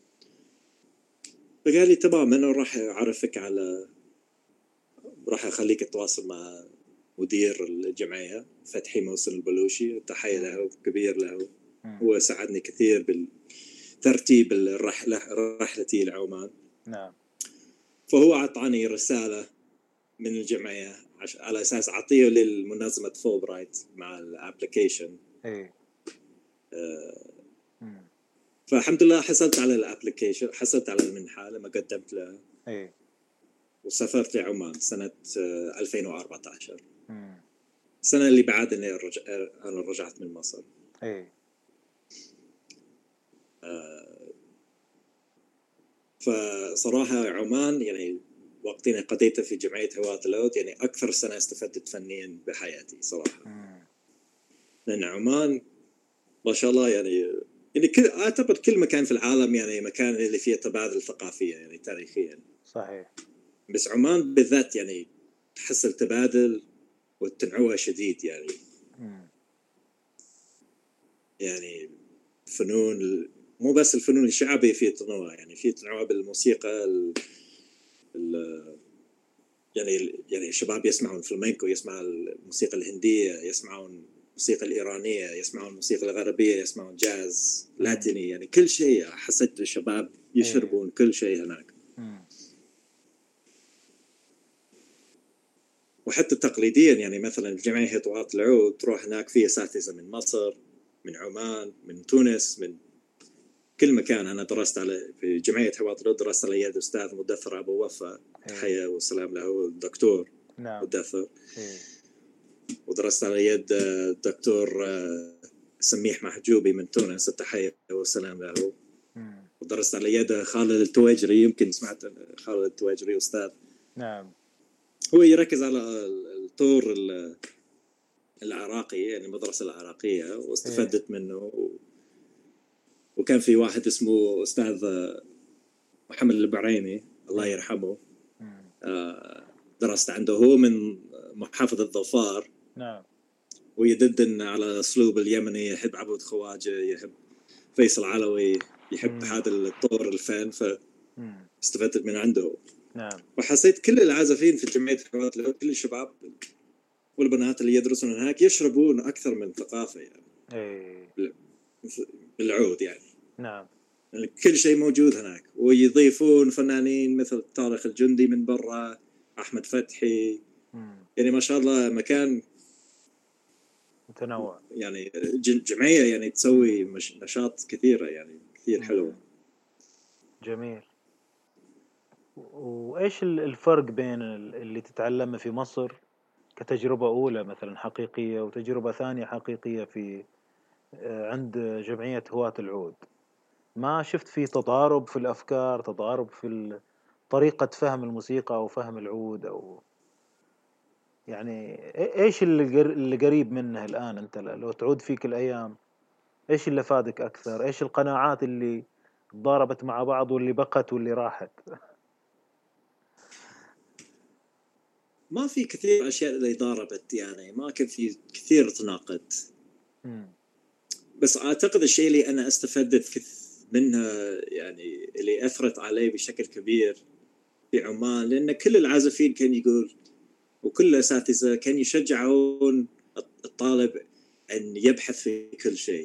فقال لي تمام، أنا راح أعرفك على راح أخليك تتواصل مع مدير الجمعية فتحي موسن البلوشي، تحية له كبير له. مم. هو ساعدني كثير بالترتيب الرحلة رحلتي لعمان. نعم. فهو أعطاني رسالة من الجمعية على أساس أعطيه للمنظمة فولبرايت مع الابليكيشن. ايه. آه مم. فالحمد لله حصلت على الابليكيشن، حصلت على المنحة لما قدمت له. ايه. وسافرت لعمان سنة ألفين وأربعة عشر. مم. السنة اللي بعد إني رجع... أنا رجعت من مصر. إيه. آه فصراحة عمان يعني وقتين قضيته في جمعية هواة العود يعني أكثر سنة استفدت فنيا بحياتي صراحة. مم. لأن عمان ما شاء الله يعني يعني كل أعتقد كل مكان في العالم يعني مكان اللي فيه تبادل ثقافية يعني تاريخيا. صحيح. بس عمان بالذات يعني تحس التبادل والتنوع شديد يعني. مم. يعني فنون مو بس الفنون الشعبية فيه تنوع يعني فيه تنوع بالموسيقى ال ال يعني يعني الشباب يسمعون فلامينكو، يسمعون الموسيقى الهندية، يسمعون الموسيقى الإيرانية، يسمعون الموسيقى الغربية، يسمعون جاز لاتيني، يعني كل شيء. حسيت الشباب يشربون إيه. كل شيء هناك. مم. وحتى تقليديا يعني مثلا في جمعية هواة العود تروح هناك في أساتذة من مصر، من عمان، من تونس، من كل مكان. أنا درست على في جمعية هواة العود درست على يد أستاذ مدثر أبو وفا، تحية وسلام له الدكتور نعم. مدثر. إيه. ودرست على يد الدكتور سميح محجوبي من تونس، التحية والسلام له. مم. ودرست على يد خالد التواجري، يمكن سمعت خالد التواجري أستاذ. نعم. هو يركز على الطور العراقي يعني المدرسة العراقية، واستفدت إيه. منه. وكان في واحد اسمه أستاذ محمد البعريمي الله إيه. يرحمه. مم. درست عنده، هو من محافظة ظفار. نعم. ويدندن على أسلوب اليمني، يحب عبود خواجة، يحب فيصل علوي، يحب مم. هذا الطور الفن، فاستفدت من عنده. نعم. وحسيت كل العازفين في جمعية هواة العود، كل الشباب والبنات اللي يدرسون هناك يشربون أكثر من ثقافة يعني. إيه. بالعود يعني. نعم. كل شيء موجود هناك، ويضيفون فنانين مثل طارق الجندي من برا، أحمد فتحي. مم. يعني ما شاء الله مكان متنوع يعني. جمعية يعني تسوي مش نشاط كثيرة يعني كثير حلوة. جميل. وإيش الفرق بين اللي تتعلمه في مصر كتجربة أولى مثلا حقيقية وتجربة ثانية حقيقية في عند جمعية هواة العود؟ ما شفت في تضارب في الأفكار، تضارب في طريقة فهم الموسيقى أو فهم العود، أو يعني إيش اللي قريب منه الآن أنت لو تعود فيك الأيام؟ إيش اللي فادك أكثر؟ إيش القناعات اللي ضاربت مع بعض واللي بقت واللي راحت؟ ما في كثير أشياء اللي ضاربت يعني، ما كان في كثير تناقض. بس أعتقد الشيء اللي أنا استفدت منها يعني اللي أثرت علي بشكل كبير في عمان، لأن كل العازفين كان يقول وكل الأساتذة كان يشجعون الطالب أن يبحث في كل شيء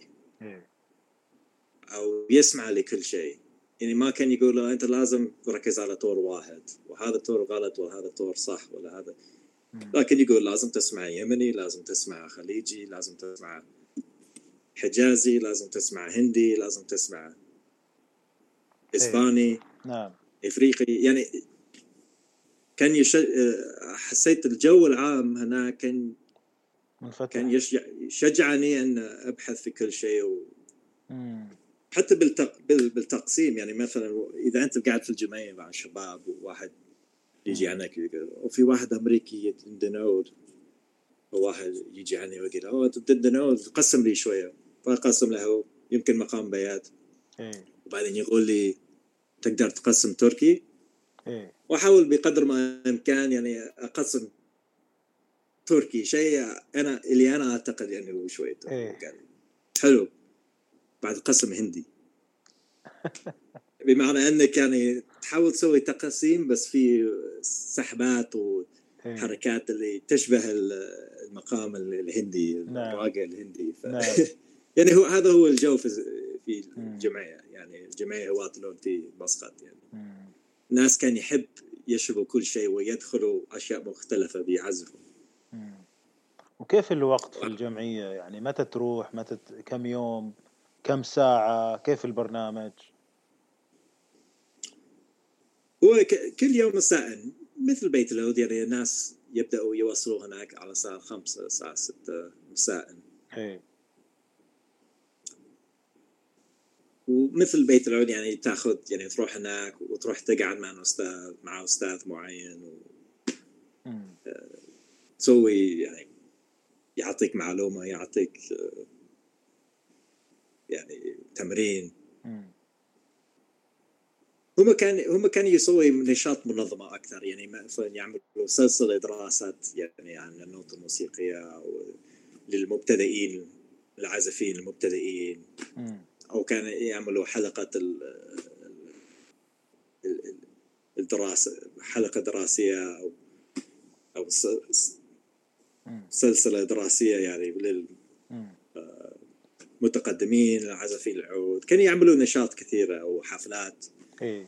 أو يسمع لكل شيء. يعني ما كان يقول له أنت لازم تركز على طور واحد وهذا طور غلط وهذا طور صح ولا هذا، لكن يقول لازم تسمع يمني، لازم تسمع خليجي، لازم تسمع حجازي، لازم تسمع هندي، لازم تسمع إسباني. نعم. إفريقي. يعني كان يش... حسيت الجو العام هناك كان منفتح. كان يشجع... يشجعني أن أبحث في كل شيء و... حتى بالتق... بالتقسيم. يعني مثلا إذا أنت قاعد في الجمعية مع الشباب وواحد يجي عنك وفي واحد أمريكي يدندنود وواحد يجي عني ويقول أوه تدندنود قسم لي شوية، فقسم له يمكن مقام بيات. إيه. وبعدين يقول لي تقدر تقسم تركي؟ إيه. وأحاول بقدر ما إمكان يعني أقسم تركي شيء أنا اللي أنا أعتقد يعني هو شوية إيه. حلو. بعد قسم هندي بمعنى أنك يعني تحاول تسوي تقسيم بس في سحبات وحركات اللي تشبه المقام الهندي. نعم. الراقة الهندي ف... نعم. يعني هو هذا هو الجو في في الجمعية. يعني الجمعية هواة العود في مسقط يعني. مم. الناس كان يحب يشربوا كل شيء ويدخلوا أشياء مختلفة بيعزفوا. وكيف الوقت في الجمعية؟ يعني متى تروح، متى كم يوم، كم ساعة، كيف البرنامج؟ هو ك... كل يوم مساء مثل بيت العود. يعني الناس يبدأوا يوصلوا هناك على الساعة خمسة الساعة ستة مساء. ايه ومثل بيت العود يعني تاخذ يعني تروح هناك وتروح تقعد مع أستاذ مع أستاذ معين و مم. تسوي يعني يعطيك معلومة يعطيك يعني تمرين. مم. هم كان هم كانوا يسوي نشاط منظمة أكثر يعني مثلا يعملوا سلسلة دراسات يعني عن النوتة الموسيقية للمبتدئين العازفين المبتدئين. مم. أو كان يعملوا حلقة الدراسة حلقة دراسية أو أو سلسلة دراسية يعني للمتقدمين العازفين العود. كانوا يعملوا نشاط كثيرة أو حفلات. إيه.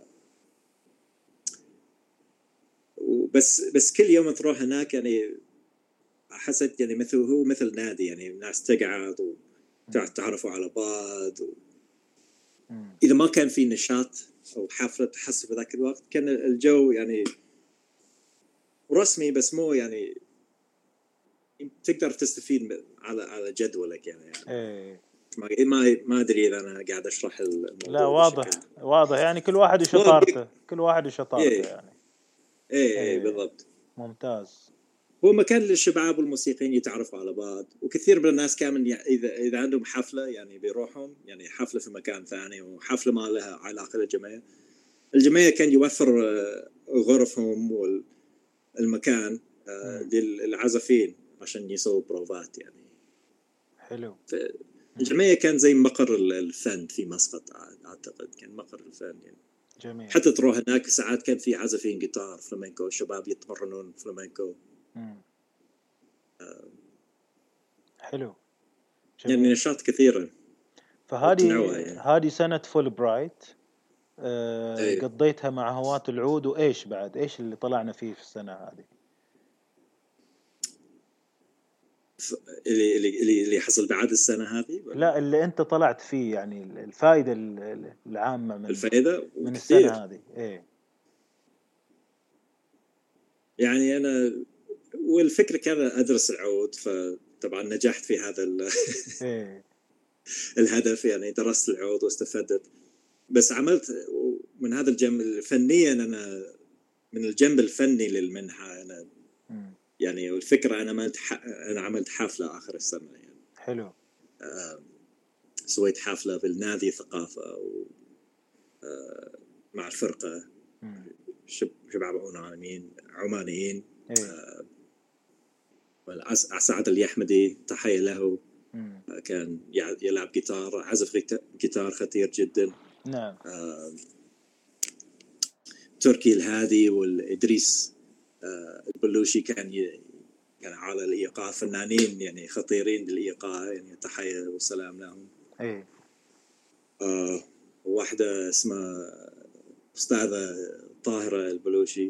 بس بس كل يوم تروح هناك يعني حسيت يعني مثل هو مثل نادي يعني الناس تقعد وتعرفوا على بعض و... إذا ما كان في نشاط أو حفلة تحس في ذاك الوقت كان الجو يعني رسمي بس مو يعني تقدر تستفيد على على جدولك يعني, يعني. إيه. ما ما ما أدري إذا أنا قاعد أشرح الموضوع. لا واضح واضح يعني كل واحد وشطارته كل واحد وشطارته إيه. يعني. إيه, إيه بالضبط. ممتاز. هو مكان للشباب والموسيقيين يتعرفوا على بعض وكثير من الناس كمان إذا إذا عندهم حفلة يعني بيروحهم يعني حفلة في مكان ثاني وحفلة ما لها علاقة بالجمعية. الجمعية كان يوفر غرفهم والمكان للعازفين عشان يسووا بروفات يعني. حلو. الجمعية كان زي مقر الفن في مسقط أعتقد كان مقر الفن يعني. جميل. حتى تروح هناك ساعات كان في عازفين جيتار فلامينكو شباب يتمرنون فلامينكو. مم. حلو. جميل. يعني نشاط كثيرة. فهذه يعني. هذه سنة فول برايت أه أيه. قضيتها مع هواة العود وإيش بعد إيش اللي طلعنا فيه في السنة هذه؟ اللي اللي اللي حصل بعد السنة هذه؟ لا اللي أنت طلعت فيه يعني الفائدة العامة من الفائدة من السنة هذه. إيه. يعني أنا والفكرة كان أدرس العود فطبعا نجحت في هذا إيه. الهدف يعني درست العود واستفدت. بس عملت من هذا الجنب فنيا أنا من الجنب الفني للمنحة أنا م. يعني الفكرة أنا عملت أنا عملت حفلة آخر السنة يعني. حلو. آه سويت حفلة في النادي ثقافة و آه مع الفرقة م. شباب عمانيين عمانيين. إيه. آه أسعد اليحمدي تحية له. م. كان يلعب جيتار عزف جيتار خطير جدا. نعم. آه تركي الهادي والإدريس آه البلوشي كان ي... كان على الإيقاع فنانين يعني خطيرين بالإيقاع يعني تحية وسلام لهم. إيه. آه واحدة اسمها أستاذة طاهرة البلوشي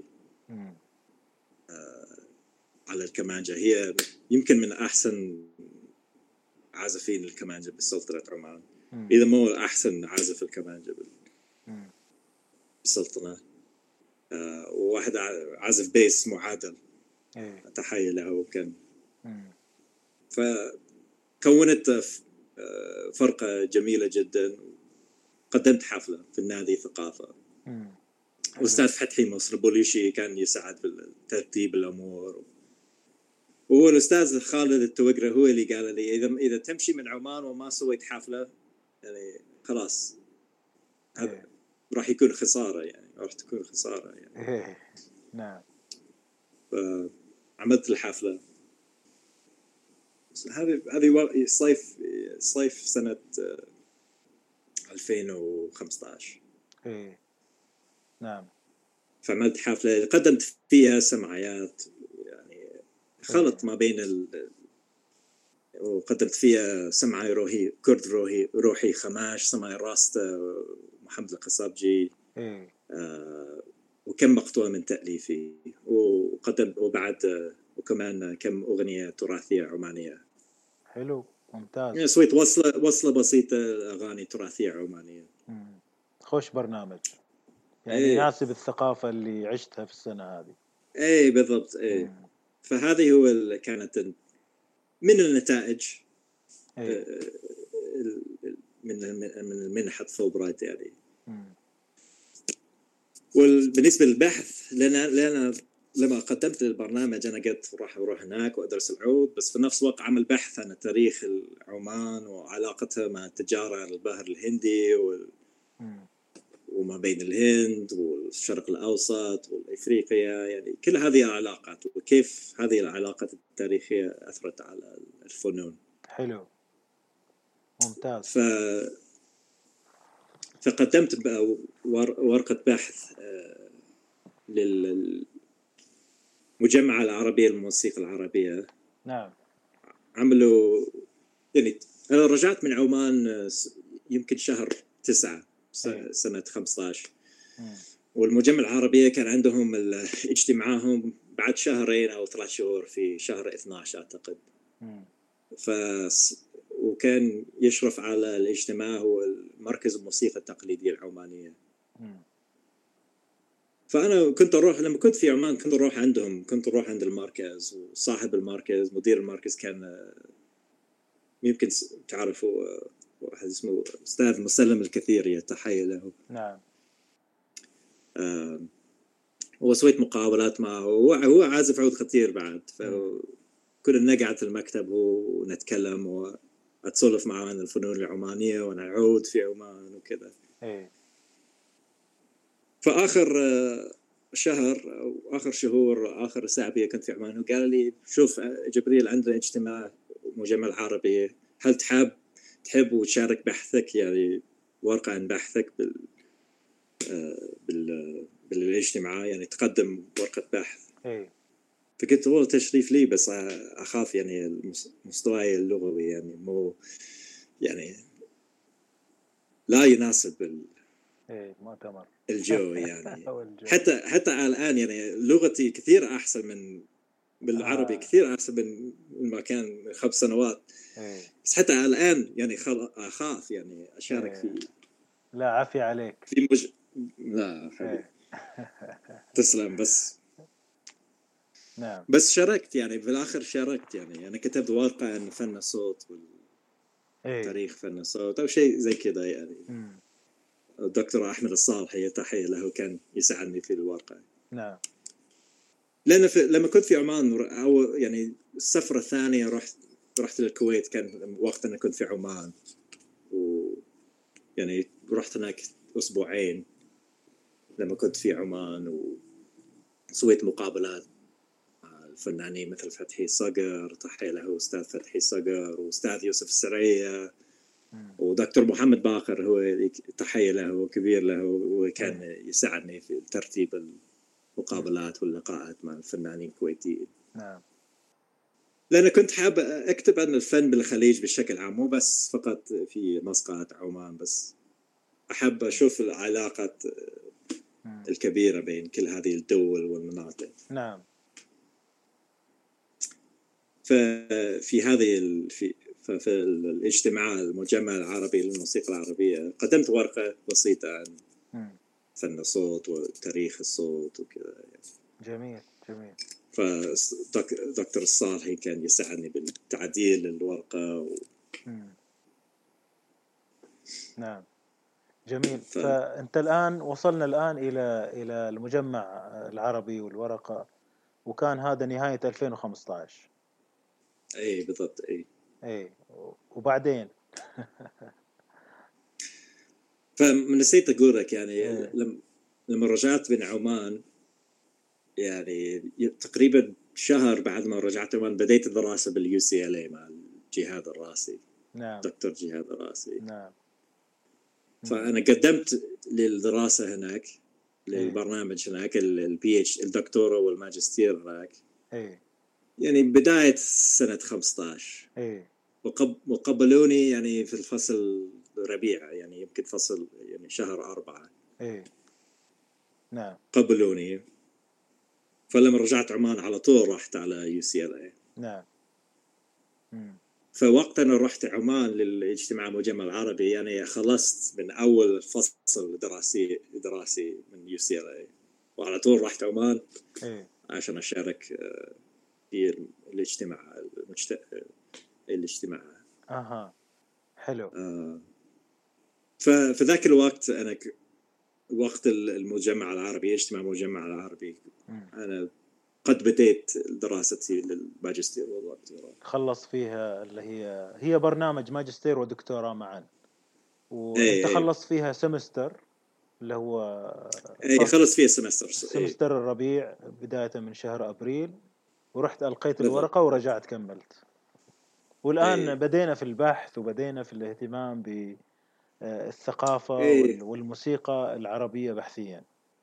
آه على الكمانجة هي يمكن من أحسن عازفين الكمانجة بسلطنة عمان. م. إذا مو أحسن عازف الكمانجة بالسلطنة. آه وواحد عازف بيس معادل. إيه. تحية له كان. م. فكونت فرقة جميلة جدا. قدمت حفلة في النادي ثقافة. وأستاذ فتحي مصر بوليشي كان يساعد في ترتيب الأمور. وهو الأستاذ خالد التوقرة هو اللي قال لي إذا إذا تمشي من عمان وما سويت حفلة يعني خلاص هذا راح يكون خسارة يعني راح تكون خسارة يعني. إيه. نعم. فعملت الحفلة. هذه هذه صيف صيف سنة ألفين وخمسة عشر. إيه. نعم. فعملت حفلة قدمت فيها سمعيات يعني خلط إيه. ما بين ال وقدمت فيها سمعي روحي كرد روحي روحي خماش سمعي راستا محمد القصابجي. إيه. آه وكم مقطوعة من تأليفي وقدمت وبعد وكمان كم أغنية تراثية عمانية. حلو ممتاز. يعني سويت وصلة وصلة بسيطة أغاني تراثية عمانية. مم. خوش برنامج يعني ايه. يناسب الثقافة اللي عشتها في السنة هذه. ايه بالضبط ايه. مم. فهذه هو ال- كانت ال- من النتائج إيه. آه، ال- ال- من من من منحة فولبرايت يعني. مم. وبالنسبة للبحث لأن لأن لما قدمت البرنامج أنا قلت راح أروح هناك وأدرس العود، بس في نفس الوقت عمل بحث عن تاريخ عمان وعلاقتها مع التجارة على البحر الهندي وال... مم. وما بين الهند والشرق الأوسط والإفريقيا، يعني كل هذه العلاقات وكيف هذه العلاقات التاريخية أثرت على الفنون. حلو، ممتاز. ف... فقدمت بقى ور... ورقة بحث آه، لل المجمع العربية للموسيقى العربية. نعم. عملوا يعني أنا رجعت من عمان آه، س- يمكن شهر تسعة س- إيه. سنة خمسة عشر، مم. والمجمع العربية كان عندهم ال- اجتماعهم بعد شهرين أو ثلاث شهور في شهر اثنا عشر أعتقد. مم. ف وكان يشرف على الاجتماع هو مركز الموسيقى التقليدية العمانية. مم. فأنا كنت أروح لما كنت في عمان، كنت أروح عندهم، كنت أروح عند المركز، وصاحب المركز مدير المركز كان آه، يمكن س- تعرفوا آه، واحد اسمه أستاذ مسلم الكثيري، تحية له. نعم. آه، وسويت مقابلات معه، هو هو عازف عود خطير بعد، فكنا نقعد في المكتب ونتكلم وأتسولف معه عن الفنون العمانية وعن العود في عمان وكذا. إيه. فآخر آه، شهر أو آخر شهور آخر ساعة كنت في عمان، وقال لي شوف آه، جبريل عندنا اجتماع مجمع العربي، هل تحب تحب وتشارك بحثك، يعني ورقة عن بحثك بال آه، بال بالاجتماع، يعني تقدم ورقة بحث. إيه. فقلت والله تشريف لي، بس أخاف يعني المس- مستواي اللغوي يعني مو يعني لا يناسب ال- إيه. مؤتمر. الجو يعني. أو الجو. حتى حتى الآن يعني لغتي كثير أحسن من بالعربي آه. كثير أحسن من ما كان من خمس سنوات. إيه. بس حتى الآن يعني خل... أخاف يعني أشارك إيه. في لا، عافية عليك. في مج... لا حبيبي إيه. تسلم. بس نعم. بس شاركت يعني بالآخر، شاركت يعني أنا كتبت ورقة عن فن الصوت إيه. وتاريخ فن الصوت أو شيء زي كذا يعني. مم. الدكتور أحمد الصالحي تحية له كان يساعدني في الورقة. نعم. لأن في... لما كنت في عمان أو يعني السفرة الثانية رحت رحت للكويت، كان وقت أنا كنت في عمان، و يعني رحت هناك أسبوعين لما كنت في عمان، وسويت مقابلات مع الفنانين مثل فتحي صقر، تحية له أستاذ فتحي صقر، وأستاذ يوسف السرية، مم. ودكتور محمد باقر هو تحية له كبير له، وكان يساعدني في ترتيب المقابلات واللقاءات مع الفنانين الكويتيين. نعم. لأن كنت حاب أكتب عن الفن بالخليج بشكل عام، مو بس فقط في مسقط عمان، بس أحب أشوف العلاقات مم. الكبيرة بين كل هذه الدول والمناطق. نعم. ففي هذه ال... في ففي الاجتماع المجمع العربي للموسيقى العربية قدمت ورقة بسيطة عن مم. فن الصوت وتاريخ الصوت وكذا يعني. جميل جميل. فدكتور الصالحي كان يساعدني بالتعديل الورقة و... مم. نعم. جميل. ف... فأنت الآن وصلنا الآن إلى إلى المجمع العربي والورقة، وكان هذا نهاية ألفين وخمسة عشر. أي بالضبط. أي إيه. وبعدين فنسيت أقول لك يعني إيه. لما لما رجعت من عمان، يعني تقريبا شهر بعد ما رجعت عمان بديت الدراسة باليو سي ال اي مع جهاد الراسي. نعم. دكتور جهاد الراسي. نعم. فأنا قدمت للدراسة هناك للبرنامج هناك البي اتش الدكتوراه والماجستير هناك. إيه. يعني بداية سنة خمسة عشر. إيه. وقب وقبلوني يعني في الفصل ربيع، يعني يمكن فصل يعني شهر أربعة. إيه. نعم. قبلوني. فلما رجعت عمان على طول رحت على يو سي ال اي. نعم. مم. فوقت أنا رحت عمان للاجتماع المجمع العربي، يعني خلصت من أول فصل دراسي دراسي من يو سي ال اي، وعلى طول رحت عمان إيه. عشان أشارك في الاجتماع المجت... الاجتماع اها حلو. آه. ففي ذاك الوقت انا ك... وقت المجمع العربي، اجتماع المجمع العربي، م. انا قد بديت دراستي للماجستير والدكتوراه. خلص فيها اللي هي هي برنامج ماجستير ودكتوراه معا، وانت اي اي خلص فيها سمستر اللي هو اي فصل خلص فيها سمستر. سمستر الربيع بداية من شهر ابريل، ورحت القيت بالضبط. الورقة ورجعت كملت. والان اي بدينا في البحث وبدينا في الاهتمام بالثقافة اي والموسيقى العربية بحثيا.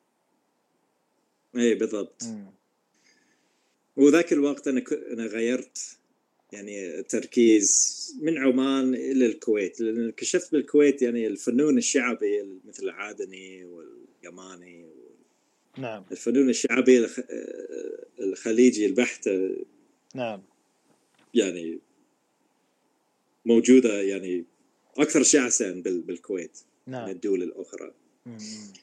اي بالضبط. م. وذاك الوقت انا ك... انا غيرت يعني التركيز من عمان الى الكويت، لان اكتشفت بالكويت يعني الفنون الشعبي مثل العادني واليماني، نعم الفنون الشعبي الخ... الخليجي البحتة نعم يعني موجودة يعني أكثر شعثا بال... بالكويت نعم. من الدول الأخرى. م.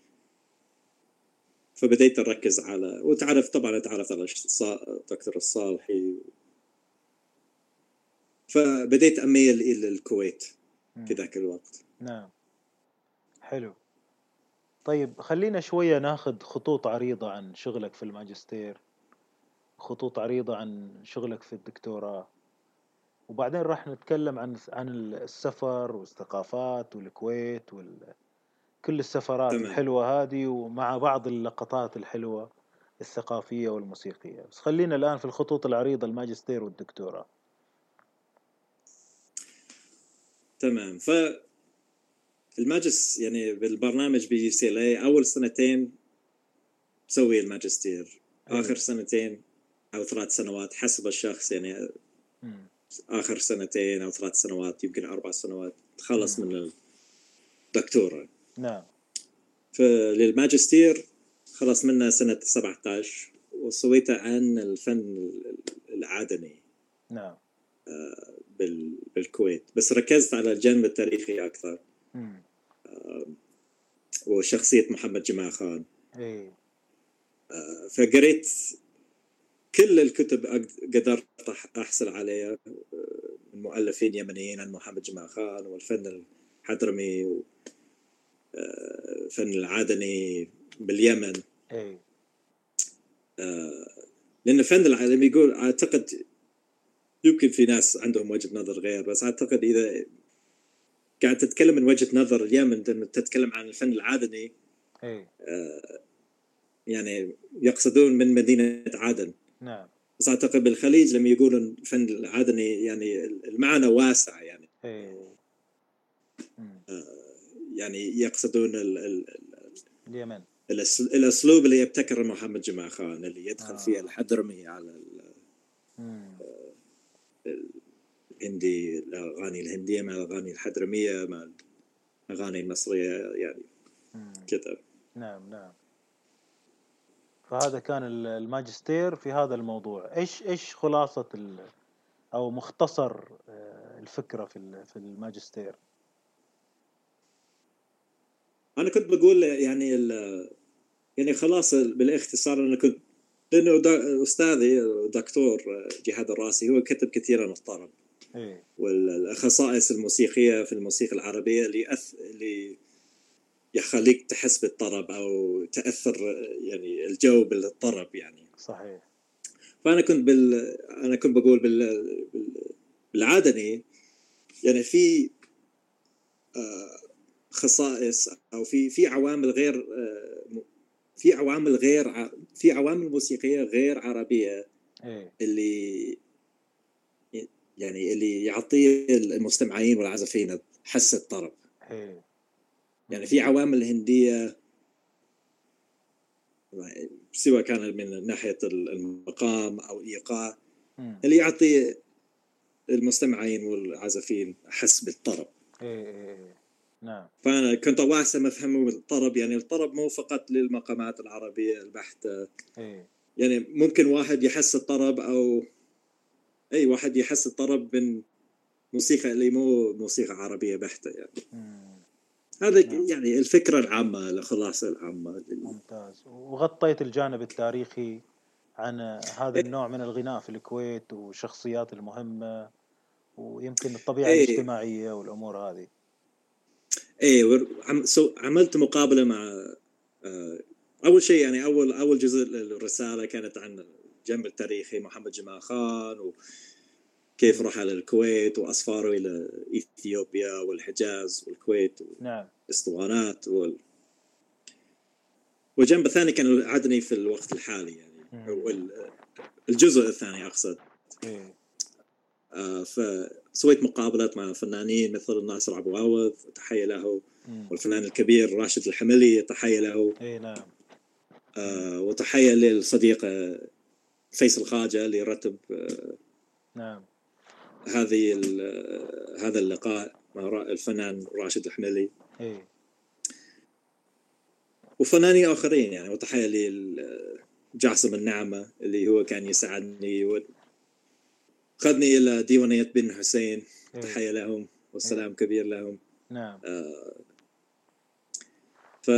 فبديت أركز على، وتعرف طبعا تعرف على دكتور الصالحي، فبديت أميل إلى الكويت في ذاك الوقت. نعم حلو. طيب خلينا شوية ناخذ خطوط عريضة عن شغلك في الماجستير، خطوط عريضة عن شغلك في الدكتوراه، وبعدين راح نتكلم عن عن السفر والثقافات والكويت وكل السفرات تمام. الحلوة هذه، ومع بعض اللقطات الحلوة الثقافية والموسيقية. بس خلينا الآن في الخطوط العريضة، الماجستير والدكتوراه. تمام. فالماجس يعني بالبرنامج بي سي ال اي أول سنتين تسوي الماجستير، أيه. آخر سنتين أو ثلاث سنوات حسب الشخص يعني م. آخر سنتين أو ثلاث سنوات يمكن أربع سنوات تخلص م. من الدكتوراه. نعم. فللماجستير خلص منها سنة سبعة عشر وسويته عن الفن العادني. نعم. بالكويت، بس ركزت على الجانب التاريخي أكثر. م. وشخصية محمد جماعة خان. أيه. فقريت كل الكتب قدرت أحصل عليها من مؤلفين يمنيين عن محمد جماعة خان والفن الحضرمي وفن العادني باليمن. أيه. لأن الفن العادني يقول، أعتقد يمكن في ناس عندهم وجهة نظر غير، بس أعتقد إذا قاعد تتكلم من وجهة نظر اليمن تتكلم عن الفن العادني. أيه. يعني يقصدون من مدينة عدن. نعم. بس أعتقد بالخليج لما يقولون فن العادني يعني المعنى واسع يعني. أيه. يعني يقصدون ال ال اليمن، الأسلوب اللي يبتكر محمد جماعة خان اللي يدخل آه. فيه الحضرمي على الهندي، الأغاني الهندية مع الأغاني الحضرمية مع الأغاني المصرية يعني كذا. نعم نعم. فهذا كان الماجستير في هذا الموضوع. إيش إيش خلاصة أو مختصر الفكرة في في الماجستير؟ أنا كنت بقول يعني يعني خلاص بالاختصار أنا كنت، لأنه أستاذي دكتور جهاد الراسي هو كتب كثير عن الطرب. إيه. والخصائص الموسيقية في الموسيقى العربية اللي أث... اللي يخليك تحس بالطرب أو تأثر يعني الجو بالطرب يعني. صحيح. فأنا كنت بال أنا كنت بقول بال... بال... بالعادني يعني في خصائص أو في في عوامل غير في عوامل غير ع... في عوامل موسيقية غير عربية. إيه. اللي يعني اللي يعطي المستمعين والعازفين حس الطرب. إيه. يعني في عوامل هندية سواء كان من ناحية المقام أو الإيقاع اللي يعطي المستمعين والعازفين حس بالطرب. إيه إيه. نعم. فأنا كنت واسع مفهوم الطرب، يعني الطرب مو فقط للمقامات العربية البحتة. إيه. يعني ممكن واحد يحس الطرب أو أي واحد يحس الطرب من موسيقى اللي مو موسيقى عربية بحتة يعني. مم. هذا نعم. يعني الفكرة العامة، الخلاصة العامة. ممتاز. وغطيت الجانب التاريخي عن هذا النوع من الغناء في الكويت وشخصيات المهمة ويمكن الطبيعة ايه الاجتماعية والأمور هذه. ايه ور- عم سو عملت مقابله مع آه، اول شيء يعني اول اول جزء الرساله كانت عن الجنب التاريخي محمد جمال خان وكيف م. راح على الكويت واسفاره الى اثيوبيا والحجاز والكويت نعم. والاسطوانات وال... والجنب الثاني كان عدني في الوقت الحالي يعني م. وال- الجزء الثاني اقصد. إيه. آه، فسويت مقابلات مع فنانين مثل ناصر عبو عوض تحية له، م. والفنان الكبير راشد الحملي تحية له. إيه نعم. آه، وتحية للصديق آه، فيصل خاجة اللي رتب آه، نعم. هذه ال- آه، هذا اللقاء مع را- الفنان راشد الحملي إيه. وفنانين آخرين يعني. وتحية لجعصم النعمة اللي هو كان يساعدني وخذني إلى ديوانية بن حسين. إيه. تحية لهم والسلام إيه. كبير لهم. نعم. آه، ف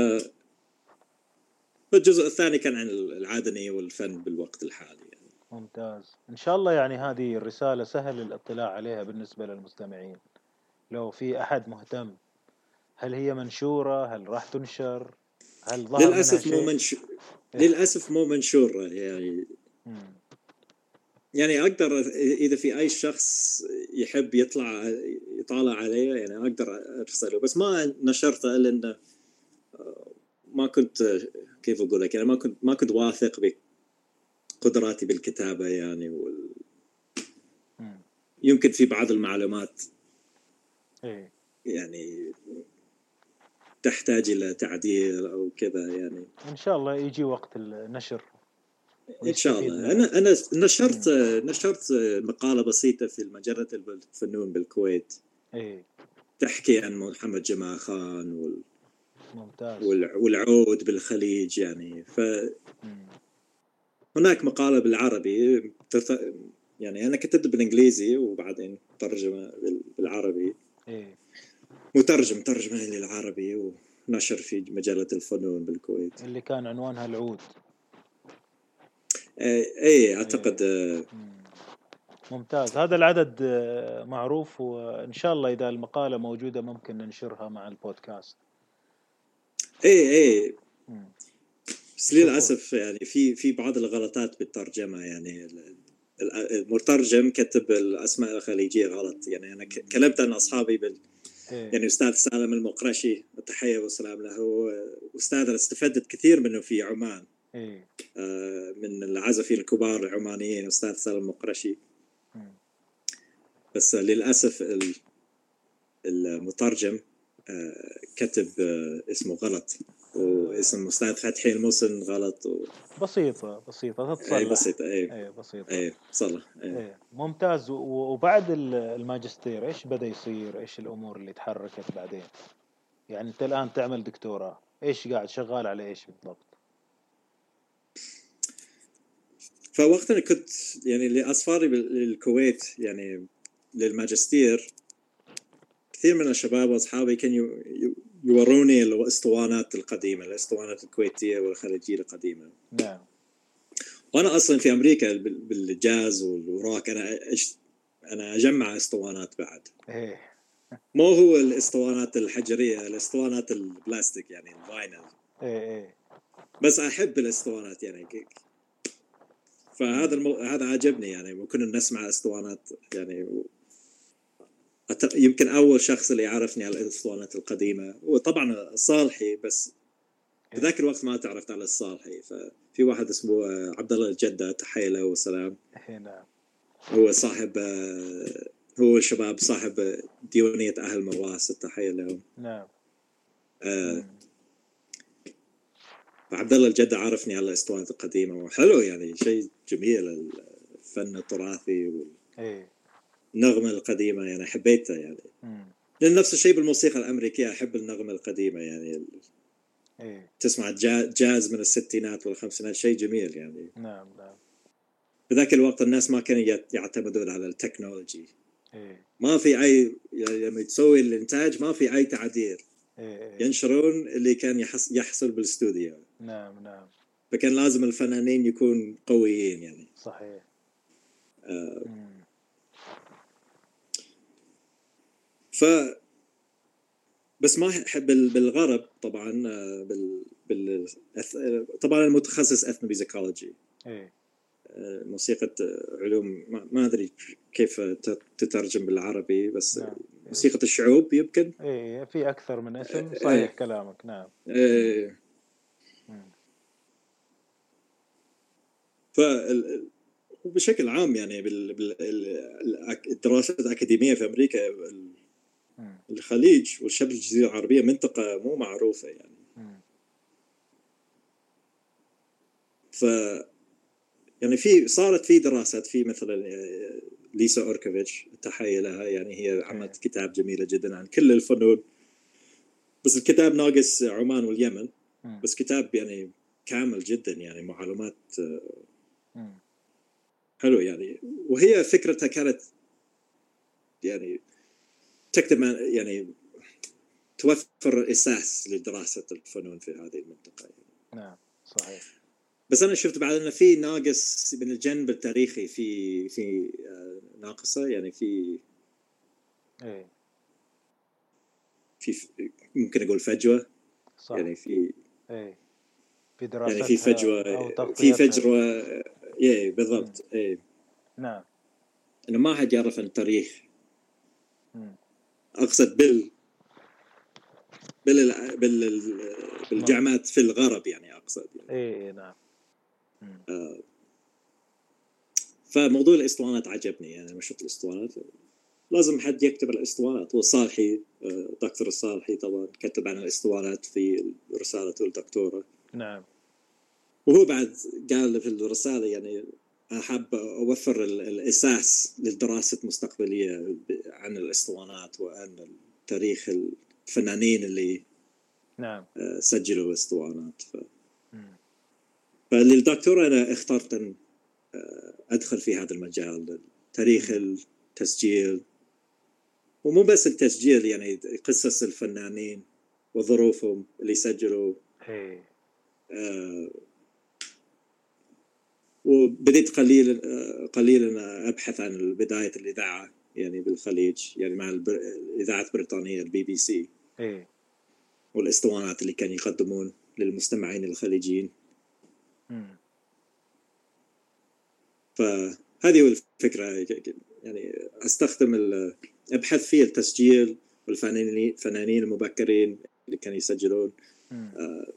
فالجزء الثاني كان عن العادني والفن بالوقت الحالي يعني. ممتاز. إن شاء الله يعني هذه الرسالة سهل الاطلاع عليها بالنسبة للمستمعين لو في أحد مهتم. هل هي منشورة؟ هل راح تنشر؟ هل ظهر منها للأسف مو شيء؟ منشور إيه. للأسف مو منشور يعني. مم. يعني أقدر إذا في أي شخص يحب يطلع يطالع عليه يعني أقدر أرسله، بس ما نشرته إلا إنه ما كنت كيف أقول لك يعني ما كنت ما كنت واثق بقدراتي بالكتابة يعني وال... مم. يمكن في بعض المعلومات إيه. يعني تحتاج إلى تعديل أو كذا يعني. إن شاء الله يجي وقت النشر إن شاء ويستفيد الله. منها. أنا أنا نشرت نشرت مقالة بسيطة في مجلة الفنون بالكويت إيه. تحكي عن محمد جمال خان وال... ممتاز. وال... والعود بالخليج يعني. فهناك مم. مقالة بالعربي ترت... يعني أنا كتبت بالإنجليزي وبعدين ترجمة بال... بالعربي. إيه. مترجم ترجمة للعربي ونشر في مجلة الفنون بالكويت. اللي كان عنوانها العود. ايه اعتقد. إيه. ممتاز. هذا العدد آه، معروف، وإن شاء الله إذا المقالة موجودة ممكن ننشرها مع البودكاست. ايه ايه مم. بس شكرا. للأسف يعني في في بعض الغلطات بالترجمة يعني. المترجم كتب الأسماء الخليجية غلط يعني. أنا كلمت عن أصحابي بال إيه. يعني أستاذ سالم المقرشي التحية والسلام له، أستاذ استفدت كثير منه في عمان. إيه. آه، من العازفين الكبار العمانيين أستاذ سالم المقرشي. مم. بس للأسف المترجم آه، كتب آه، اسمه غلط، واسم أستاذ فتحي الموسن غلط و... بسيطة بسيطة اي تتصلح. بسيطة. اي إيه بسيطة. اي صلح. اي إيه ممتاز. و- وبعد ال- الماجستير إيش بدأ يصير؟ إيش الأمور اللي تحركت بعدين؟ يعني أنت الآن تعمل دكتوراه، إيش قاعد شغال على إيش بالضبط؟ فوقتها كنت يعني لأسفاري للكويت يعني للماجستير كثير من الشباب واصحابي كانوا يوروني الاسطوانات القديمة، الاسطوانات الكويتية والخليجية القديمة. نعم. وانا اصلا في امريكا بالجاز والروك انا أش... انا اجمع اسطوانات بعد. إيه. مو هو الاسطوانات الحجريه، الاسطوانات البلاستيك يعني الفاينل. إيه. إيه. بس احب الاسطوانات يعني. فهذا المو... هذا عجبني يعني. وكنا نسمع اسطوانات يعني. أت... يمكن اول شخص اللي يعرفني على الاسطوانات القديمه وطبعا الصالحي، بس بذاك الوقت ما تعرفت على الصالحي. ففي واحد اسمه عبد الله الجدة تحية له والسلام. إيه. نعم. هو صاحب هو شباب صاحب ديوانية أهل مواس تحية لهم. نعم. آه عبد الله الجدة عرفني على الاسطوانات القديمة وحلو يعني. شيء جميل الفن التراثي والنغمة القديمة يعني حبيتها يعني. مم. لأن نفس الشيء بالموسيقى الأمريكية أحب النغمة القديمة يعني. إيه. تسمع جاز من الستينات والخمسينات شيء جميل يعني. نعم نعم. بذاك الوقت الناس ما كانوا يعتمدون على التكنولوجي. إيه. ما في أي يعني لما تسوي الإنتاج ما في أي تعديل. إيه. ينشرون اللي كان يحص... يحصل بالاستوديو. نعم نعم. فكان لازم الفنانين يكون قويين يعني. صحيح. آه مم. ف بس ما احب بالغرب طبعا، آه، بال بال أث- طبعا المتخصص اثنوميوزيكولوجي، ايه موسيقى علوم، ما, ما ادري كيف تترجم بالعربي، بس نعم. موسيقى الشعوب يمكن. ايه في اكثر من اسم، صحيح ايه كلامك. نعم. ايه مم. فبشكل عام يعني بال... بال... الدراسات الأكاديمية في أمريكا، مم. الخليج والشبه الجزيرة العربية منطقة مو معروفة يعني. مم. ف يعني في صارت في دراسات، في مثلا ليسا أوركوفيتش، تحية لها يعني، هي عملت كتاب جميلة جدا عن كل الفنون، بس الكتاب ناقص عمان واليمن. مم. بس كتاب يعني كامل جدا يعني، معلومات مم. حلو يعني. وهي فكرتها كانت يعني تكتب يعني توفر أساس لدراسة الفنون في هذه المنطقة يعني. نعم صحيح. بس أنا شفت بعد أن في ناقص من الجانب التاريخي، في في ناقصة يعني، في ايه في ممكن أقول فجوة صح. يعني، في ايه في يعني في دراستها فجوة، او في تغطيتها. فجوة. إيه مم. بالضبط. إيه نعم. إنه ما حد يعرف عن التاريخ، مم. أقصد بال بال بال بالجامعات في الغرب يعني، أقصد يعني. ايه ايه نعم. مم. آه فموضوع الاسطوانات عجبني يعني. لما شفت الاسطوانات لازم حد يكتب الاسطوانات، والصالحي دكتور الصالحي طبعا كتب عن الاسطوانات في رسالته الدكتوراه. نعم. وهو بعد قال في الرسالة يعني أحب أوفر الأساس للدراسة المستقبلية عن الاسطوانات وعن تاريخ الفنانين اللي نعم. سجلوا الاسطوانات. ف... مم. فللدكتوراه أنا اخترت أن أدخل في هذا المجال، تاريخ مم. التسجيل، ومو بس التسجيل يعني، قصص الفنانين وظروفهم اللي سجلوا. ايه آه وبديت قليلا آه قليلا أبحث عن بداية الإذاعة يعني بالخليج، يعني مع الإذاعة البريطانية البي بي سي، ايه والاسطوانات اللي كانوا يقدمون للمستمعين الخليجيين. مم. فهذه هو الفكرة يعني، أستخدم أبحث في التسجيل والفنانين الفنانين المبكرين اللي كانوا يسجلون، آه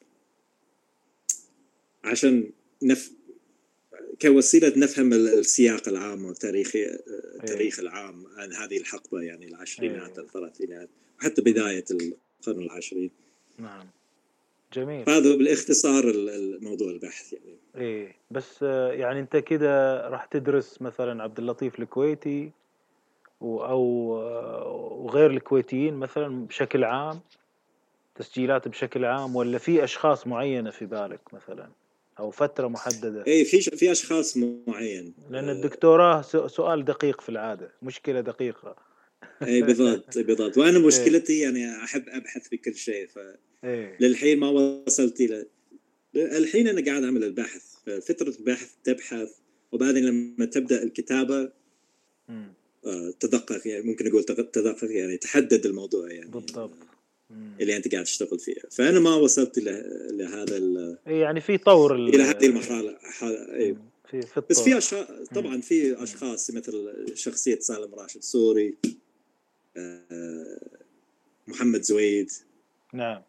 عشان نف كوسيلة نفهم السياق العام والتاريخي، التاريخ ايه العام عن هذه الحقبة يعني، العشرينات ايه الثلاثينات وحتى بداية القرن العشرين. نعم جميل. هذا بالاختصار الموضوع البحث يعني. ايه بس آه، يعني انت كده راح تدرس مثلا عبد اللطيف الكويتي و- او آه، وغير الكويتيين مثلا بشكل عام، تسجيلات بشكل عام، ولا في اشخاص معينة في بالك مثلا او فترة محددة؟ اي في في اشخاص معين. لان الدكتوراه س- سؤال دقيق في العادة، مشكلة دقيقة. اي بالضبط بالضبط. وانا ايه مشكلتي يعني احب ابحث في كل شيء، ايه فللحين ما وصلت الى الحين انا قاعد اعمل البحث. فترة البحث تبحث، وبعدين لما تبدا الكتابة مم. تدقق يعني، ممكن اقول تدقق يعني، تحدد الموضوع يعني بالضبط. مم. اللي انت قاعد تشتغل فيه. فانا ما وصلت لهذا ايه يعني في طور ال الى هذه المرحله. أي. مم. في في بس في الطور. أشخاص مم. طبعا، في مم. اشخاص مثل شخصيه سالم راشد سوري، محمد زويد، نعم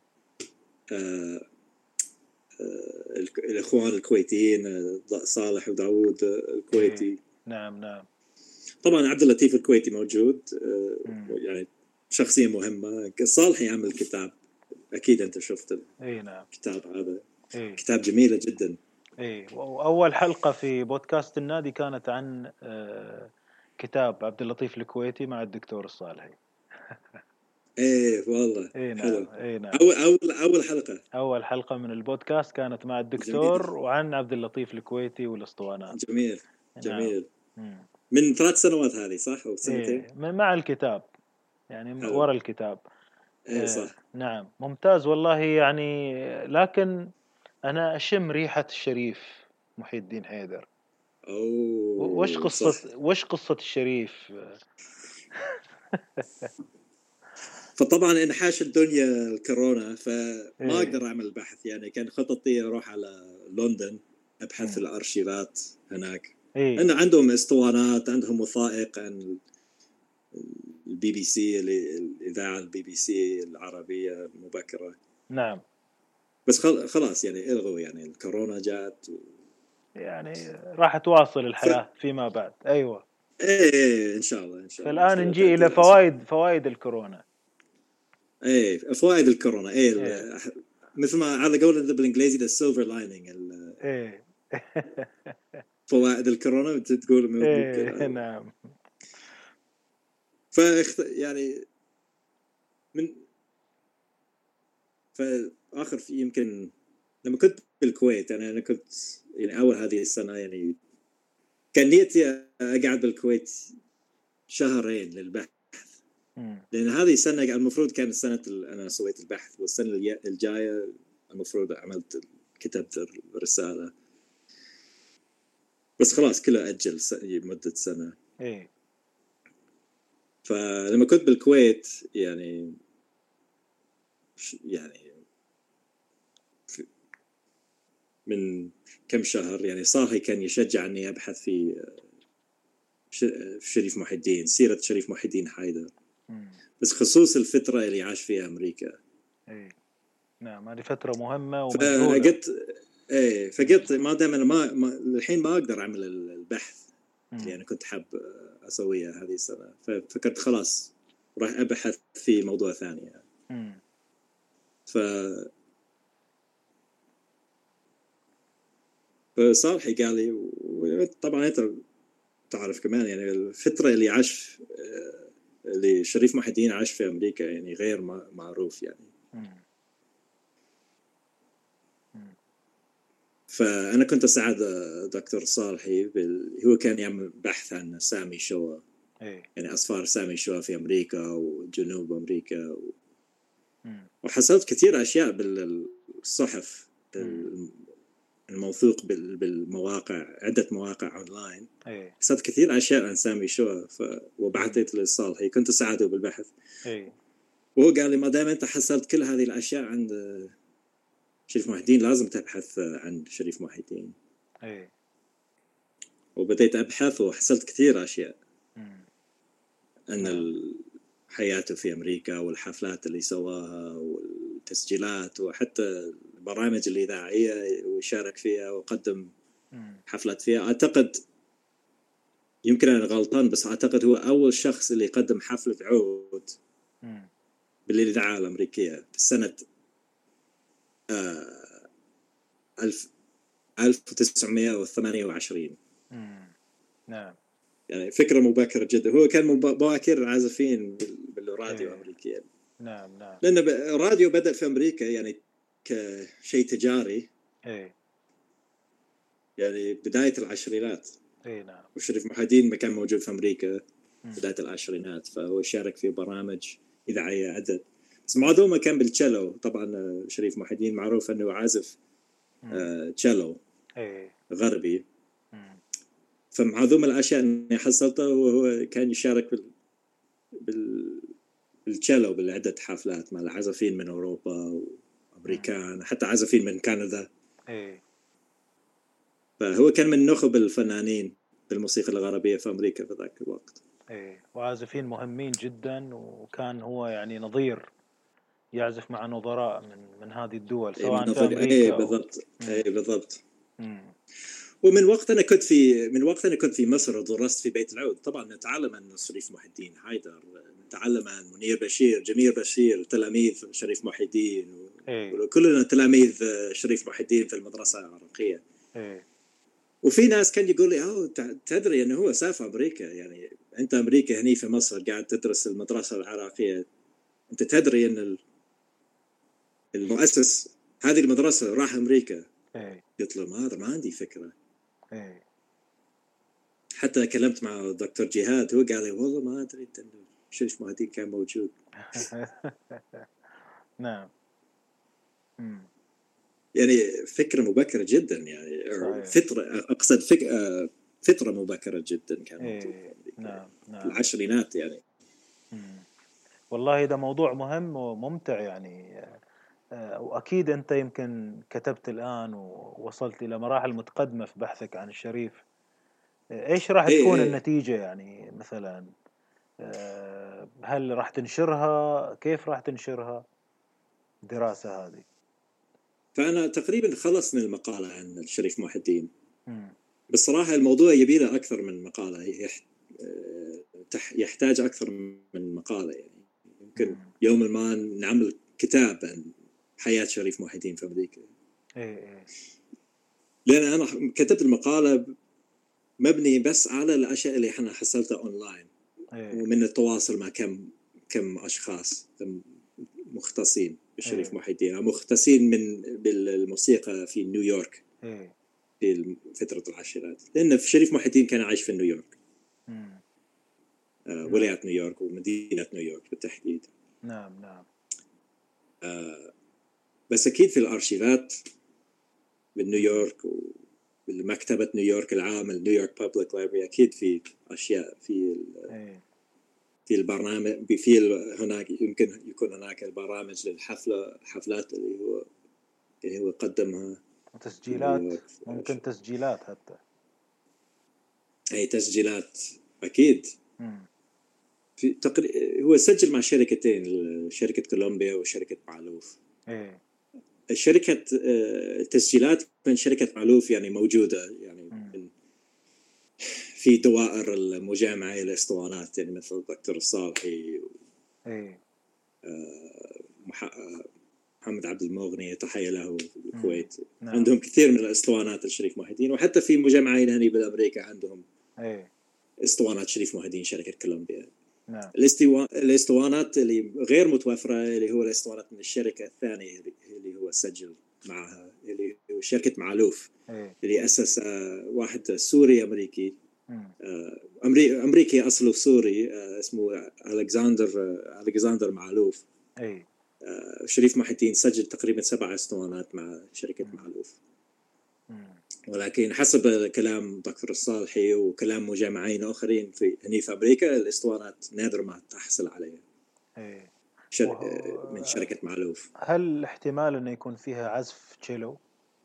الاخوان الكويتيين صالح وداوود ايه الكويتي. نعم نعم. طبعا عبد اللطيف الكويتي موجود، مم. يعني شخصيه مهمه. صالح يعمل كتاب، اكيد انت شفت ايه نعم. الكتاب هذا، ايه كتاب جميله جدا. ايه واول حلقة في بودكاست النادي كانت عن آه، كتاب عبد اللطيف الكويتي مع الدكتور الصالحي. ايه والله ايه حلو. نعم. ايه نعم. اول اول اول حلقه اول حلقة من البودكاست كانت مع جميل الدكتور وعن عبد اللطيف الكويتي والاسطوانات. جميل نعم. جميل. مم. من ثلاث سنوات هذه صح او سنتين؟ ايه مع الكتاب، يعني حلو. ورا الكتاب. ايه آه صح. نعم ممتاز والله يعني. لكن انا اشم ريحة الشريف محي الدين حيدر. و- وش اوه صح. قصة وش قصة الشريف؟ فطبعا انحاش الدنيا الكورونا، فما ايه. اقدر اعمل بحث. يعني كان خططي اروح على لندن ابحث في مم. الارشيفات هناك، ايه. لان عندهم اسطوانات، عندهم وثائق عن البي بي سي، الاذاعه البي بي سي العربيه المبكره. نعم. بس خل- خلاص يعني الغوا، يعني الكورونا جات و... يعني راح تواصل ف... الحياة فيما بعد. ايوه. ايه ان شاء الله ان شاء الله ان فالآن شاء الله نجي تاتي الى الاسم. فوائد فوائد الكورونا. ايه فوائد الكورونا، ايه ايه. ال... مثل ما على قول بالانجليزي ذا سيلفر لايننج، ايه. فوائد الكورونا تقول ايه. ممكن. نعم. فاخت... يعني من فاخر في يمكن لما كنت بالكويت، يعني انا كنت يعني اول هذه السنه، يعني كان نيتي اقعد بالكويت شهرين للبحث، مم. لان هذه السنه المفروض كانت سنه ال- انا سويت البحث، والسنه الجا- الجايه المفروض عملت كتبت الرساله، بس خلاص كله اجل س- مده سنه. ايه. فلما كنت بالكويت يعني ش- يعني في- من كم شهر يعني صاحي كان يشجع اني ابحث في ش- في شريف محي الدين، سيره شريف محي الدين حيدر، مم. بس خصوص الفتره اللي عاش فيها امريكا. ايه. نعم، هذه فترة مهمة ومجهولة. فقلت ايه فقلت ما دام انا ما, ما الحين ما اقدر اعمل البحث اللي مم. انا كنت حاب اسويه هذه السنه، ففكرت خلاص راح ابحث في موضوع ثاني يعني. مم. ف فصالحي قال لي، وطبعا انت تعرف كمان يعني الفتره اللي عاش اللي شريف محي الدين عاش في امريكا يعني غير معروف يعني. مم. مم. فانا كنت اساعد دكتور صالحي بال... هو كان يعمل بحث عن سامي شوا، ايه. يعني أصفار سامي شوا في أمريكا وجنوب أمريكا و... مم. وحصلت كثير أشياء بالصحف مم. الموثوق بال... بالمواقع، عدة مواقع أونلاين، ايه. حصلت كثير أشياء عن سامي شوا. ف... مم. وبعثت للصالحي، كنت أساعده بالبحث، ايه. وهو قال لي ما دام أنت حصلت كل هذه الأشياء عند شريف محي الدين لازم تبحث عن شريف محي الدين. ايه. وبديت أبحث وحصلت كثير أشياء مم. عن نعم. ال... حياته في أمريكا والحفلات اللي سواها والتسجيلات وحتى البرامج الإذاعية ويشارك فيها وقدم مم. حفلات فيها. أعتقد يمكن أنا غلطان، بس أعتقد هو أول شخص اللي قدم حفلة عود مم. بالإذاعة الأمريكية في سنة آه ألف ألف وتسعمائة وثمانية وعشرين. مم. نعم. يعني فكرة مبكرة جدا. هو كان مباكر عازفين بالراديو ايه. الأمريكي، نعم. نعم. لأن الراديو بدأ في أمريكا يعني كشيء تجاري، ايه. يعني بداية العشرينات. ايه. نعم. وشريف محي الدين ما كان موجود في أمريكا مم. بداية العشرينات، فهو شارك في برامج إذاعية عدد، بس معظمها كان بالتشيلو. طبعا شريف محي الدين معروف أنه عازف مم. تشيلو ايه. غربي، مم. فمعظم الأشياء اللي حصلته وهو كان يشارك بال بال بالتشيلو بالعدة حفلات مع العازفين من أوروبا وأمريكان، حتى عازفين من كندا. ايه. فهو كان من نخب الفنانين بالموسيقى الغربية في أمريكا في ذاك الوقت. ايه. وعازفين مهمين جدا، وكان هو يعني نظير يعزف مع نظراء من من هذه الدول إيه من سواء في نظر إيه امريكا او. بالضبط. مم. إيه بالضبط. مم. ومن وقت أنا كنت في من وقت أنا كنت في مصر ودرست في بيت العود، طبعا نتعلم عن شريف محي الدين حيدر، نتعلم عن منير بشير، جميل بشير، تلاميذ شريف محي الدين، ايه. وكلنا تلاميذ شريف محي الدين في المدرسة العراقية. ايه. وفي ناس كان يقول لي أوه تدري أنه هو سافر أمريكا، يعني أنت أمريكا هني في مصر قاعد تدرس المدرسة العراقية، أنت تدري أن المؤسس هذه المدرسة راح أمريكا؟ ايه. قلت له ما ما عندي فكرة. ايه. حتى كلمت مع دكتور جهاد، هو قال لي والله ما أدري أنه شريف محي الدين كان موجود. نعم. مم. يعني فكرة مبكرة جدا يعني صحيح. فترة أقصد فك... فترة مبكرة جدا كان موجود إيه. نعم في نعم. العشرينات يعني. مم. والله ده موضوع مهم وممتع يعني. آه، وأكيد أنت يمكن كتبت الآن ووصلت إلى مراحل متقدمة في بحثك عن الشريف. آه، إيش راح إيه تكون إيه النتيجة يعني مثلا؟ آه، هل راح تنشرها؟ كيف راح تنشرها الدراسة هذه؟ فأنا تقريبا خلص من المقالة عن الشريف محي الدين. مم. بصراحة الموضوع يبي له أكثر من مقالة، يح... تح- يحتاج أكثر من مقالة يعني. يمكن مم. يوما ما نعمل كتاب عن حياة شريف محي الدين في أمريكا. إيه إيه لأن أنا كتبت المقالة مبني بس على الأشياء اللي إحنا حصلتها أونلاين، إيه ومن التواصل مع كم كم أشخاص كم مختصين بالشريف إيه محي الدين، أو مختصين من بالموسيقى في نيويورك إيه. في فترة العشرينات. لأن في شريف محي الدين كان عايش في نيويورك، مم. آه، نعم ولاية نيويورك ومدينة نيويورك بالتحديد. نعم نعم. آه، بس أكيد في الأرشيفات مم. بنيويورك وبمكتبة نيويورك العام نيويورك بابليك لايبرري أكيد في أشياء في ال- إيه في البرنامج في ال- هناك يمكن يكون هناك البرامج للحفلة حفلات اللي هو اللي هو قدمها في وتسجيلات، نيويورك. ممكن تسجيلات حتى. أي تسجيلات أكيد. مم. في تقري... هو سجل مع شركتين، شركة كولومبيا وشركة معلوف. إيه الشركة آه، التسجيلات من شركة معلوف يعني موجودة يعني مم. من في دوائر المجامعة الاسطوانات يعني مثل الدكتور الصالحي إيه ومح... محمد عبد المغني تحية له في مم. الكويت. نعم عندهم كثير من الاسطوانات الشريف محي الدين، وحتى في مجامعين هني بالأمريكا عندهم إيه اسطوانات شريف محي الدين شركة كولومبيا. نعم الاستوا... الاسطوانات اللي غير متوفرة اللي هو الاسطوانات من الشركة الثانية اللي هو سجل معها اللي هو شركة معلوف إيه اللي أسس واحد سوري أمريكي، مم. أمري... أمريكي أصله سوري، اسمه ألكسندر ألكسندر معلوف. إيه شريف محي الدين سجل تقريبا سبع اسطوانات مع شركة مم. معلوف. مم. ولكن حسب كلام دكتور الصالحي وكلام مجامعين آخرين في هني في أمريكا الاسطوانات نادر ما تحصل عليها إيه. شر... وه- من شركة معلوف. هل احتمال انه يكون فيها عزف تشيلو؟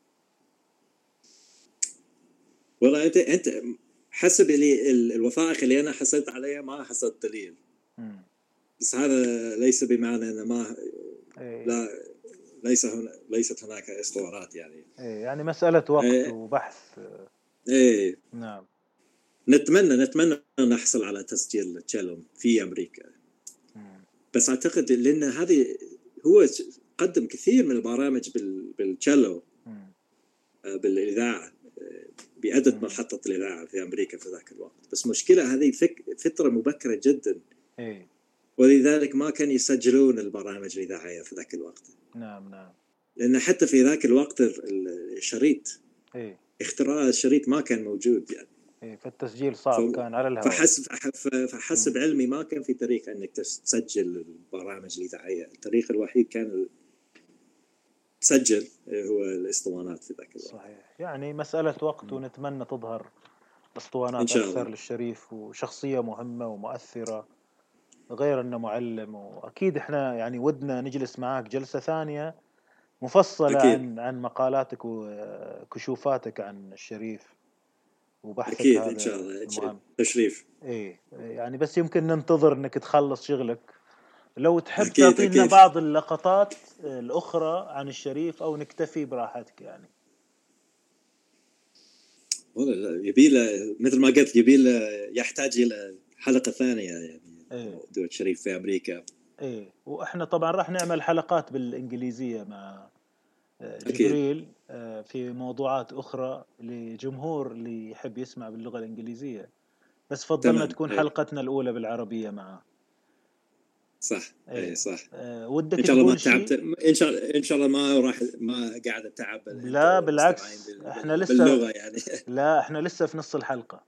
والله أنت أنت حسب اللي ال- الوثائق اللي أنا حصلت عليها ما حصلت دليل، مم. بس هذا ليس بمعنى أن ما إيه لا ليس هنا ليست هناك اسطوانات يعني. إيه يعني مسألة وقت إيه وبحث. إيه نعم نتمنى نتمنى نحصل على تسجيل تشيلو في أمريكا. مم. بس أعتقد لأن هذه هو قدم كثير من البرامج بال بالتشيلو مم. بالإذاعة بأدت مم. محطة الإذاعة في أمريكا في ذاك الوقت. بس مشكلة هذه فك فترة مبكرة جدا، إيه ولذلك ما كان يسجلون البرامج الإذاعية في ذاك الوقت. نعم نعم. لأن حتى في ذاك الوقت الشريط إيه اختراع الشريط ما كان موجود يعني. إيه فالتسجيل صعب ف- كان على الهواء. فحسب فحسب مم. علمي ما كان في طريقة أنك تسجل البرامج الإذاعية. الطريق الوحيد كان تسجل هو الاسطوانات في ذاك الوقت. صحيح، يعني مسألة وقت ونتمنى تظهر إن اسطوانات شاء أكثر الله للشريف وشخصية مهمة ومؤثرة غير أنه معلم. وأكيد إحنا يعني ودنا نجلس معاك جلسة ثانية مفصلة أكيد عن عن مقالاتك وكشوفاتك عن الشريف وبحثك أكيد إن شاء هذا الله المهم. تشريف. إيه يعني بس يمكن ننتظر إنك تخلص شغلك. لو تحب أكيد تعطي لنا أكيد بعض اللقطات الأخرى عن الشريف أو نكتفي براحتك يعني. والله يبي له مثل ما قلت يبي له يحتاج إلى حلقة ثانية يعني إيه موضوع الشريف في أمريكا. إيه وإحنا طبعا راح نعمل حلقات بالإنجليزية مع أكيد جبريل في موضوعات أخرى لجمهور اللي يحب يسمع باللغة الإنجليزية. بس فضلنا تمام تكون أي حلقتنا الأولى بالعربية معه. صح أي إيه صح. أه إن ودك شاء الله ما تقول تعبت، شيء؟ إن شاء الله إن شاء الله ما راح ما قاعد أتعب أنت لا والمستمعين بالعكس بال- احنا بال- لسه، باللغة يعني. لا احنا لسه في نص الحلقة.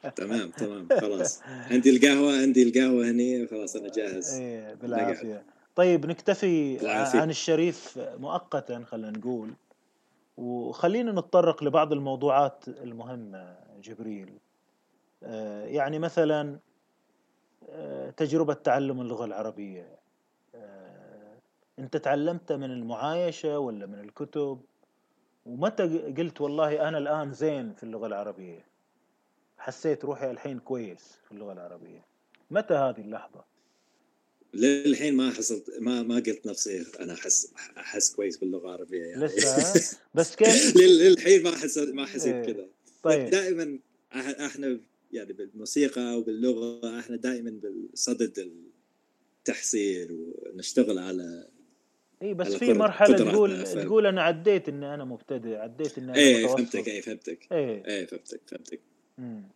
تمام تمام خلاص. عندي القهوة عندي القهوة هني خلاص أنا جاهز ايه نقعد. بالعافية. طيب نكتفي العافية. عن الشريف مؤقتا خلينا نقول، وخلينا نتطرق لبعض الموضوعات المهمة جبريل. آه، يعني مثلا آه، تجربة تعلم اللغة العربية، آه، أنت تعلمت من المعايشة ولا من الكتب؟ ومتى قلت والله أنا الآن زين في اللغة العربية، حسيت روحي الحين كويس في اللغة العربية؟ متى هذه اللحظة؟ للحين ما حصلت، ما ما قلت نفسي انا احس احس كويس باللغه العربيه يعني. لسه بس كي... لل- للحين ما حسيت ما حسيت إيه. كذا. طيب. دائما احنا يعني بالموسيقى وباللغه احنا دائما بالصدد التحسين ونشتغل على اي بس على في مرحلة قدراتنا. تقول ف تقول انا عديت اني انا مبتدئ، عديت اني انا ايه فهمتك، متوسط. ايه فهمتك ايه. ايه فهمتك فهمتك امم.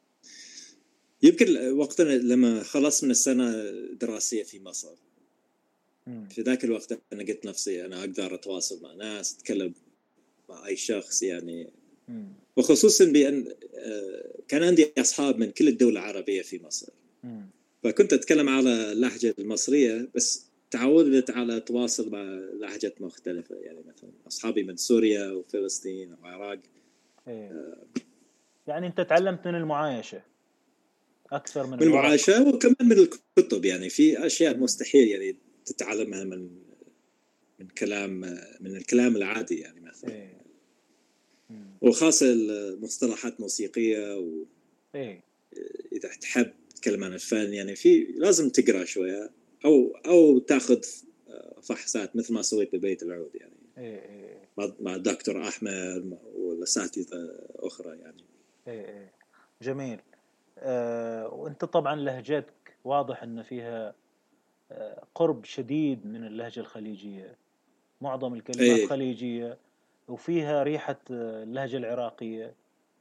يمكن وقتنا لما خلص من السنه الدراسيه في مصر، امم. في ذاك الوقت انا قلت نفسي انا اقدر اتواصل مع ناس، اتكلم مع اي شخص يعني. امم. وخصوصا بان آه، كان عندي اصحاب من كل الدول العربيه في مصر، امم. فكنت اتكلم على اللهجه المصريه، بس تعودت على تواصل مع لهجات مختلفه، يعني مثلا اصحابي من سوريا وفلسطين والعراق. ايه. يعني انت تعلمت من المعايشة اكثر من من الورق. المعاشه وكمان من الكتب، يعني في اشياء امم. مستحيل يعني تتعلمها من من كلام من الكلام العادي يعني مثلا. ايه. امم. وخاصه المصطلحات موسيقيه، و ايه. اذا تحب تتكلم عن الفن يعني في لازم تقرا شويه او او تاخذ فحصات مثل ما سويت ببيت العود يعني، ايه. ايه. مع مع الدكتور احمد والاساتذه اخرى يعني. ايه. ايه. جميل. آه وانت طبعا لهجتك واضح ان فيها آه قرب شديد من اللهجة الخليجية، معظم الكلمات ايه خليجية، وفيها ريحة آه، اللهجة العراقية.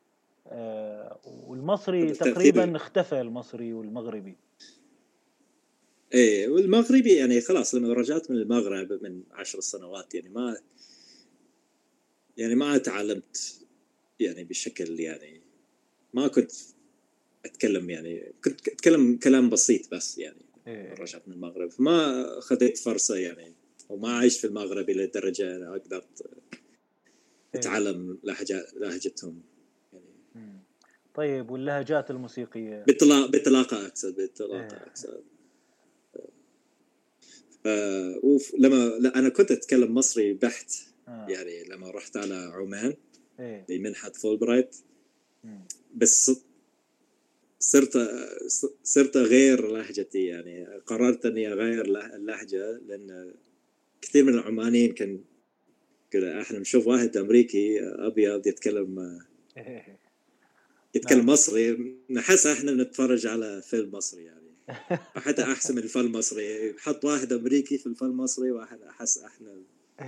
آه، والمصري بالترتيب. تقريبا اختفى، المصري والمغربي. ايه والمغربي يعني خلاص لما رجعت من المغرب من عشر سنوات يعني ما يعني ما تعلمت يعني بشكل يعني، ما كنت اتكلم يعني كنت اتكلم كلام بسيط بس يعني لما ايه. رجعت من المغرب ما خذيت فرصه يعني، وما مم. عشت في المغرب الى درجه انا اقدر ايه. اتعلم لهجه لهجتهم يعني. مم. طيب واللهجات الموسيقية؟ بطلاقه بطلاقه اقصد بطلاقه ايه. اقصد آه ولما لا انا كنت اتكلم مصري بحت اه. يعني لما رحت على عمان ايه. بمنحه فولبرايت. مم. بس صرت صرت غير لهجتي يعني، قررت اني اغير اللهجه لان كثير من العمانيين كان كذا، احنا نشوف واحد امريكي ابيض يتكلم ايه. يتكلم نعم. مصري، نحس احنا نتفرج على فيلم مصري يعني، حتى احسن من الفيلم المصري. حط واحد امريكي في الفيلم المصري واحد احس احنا.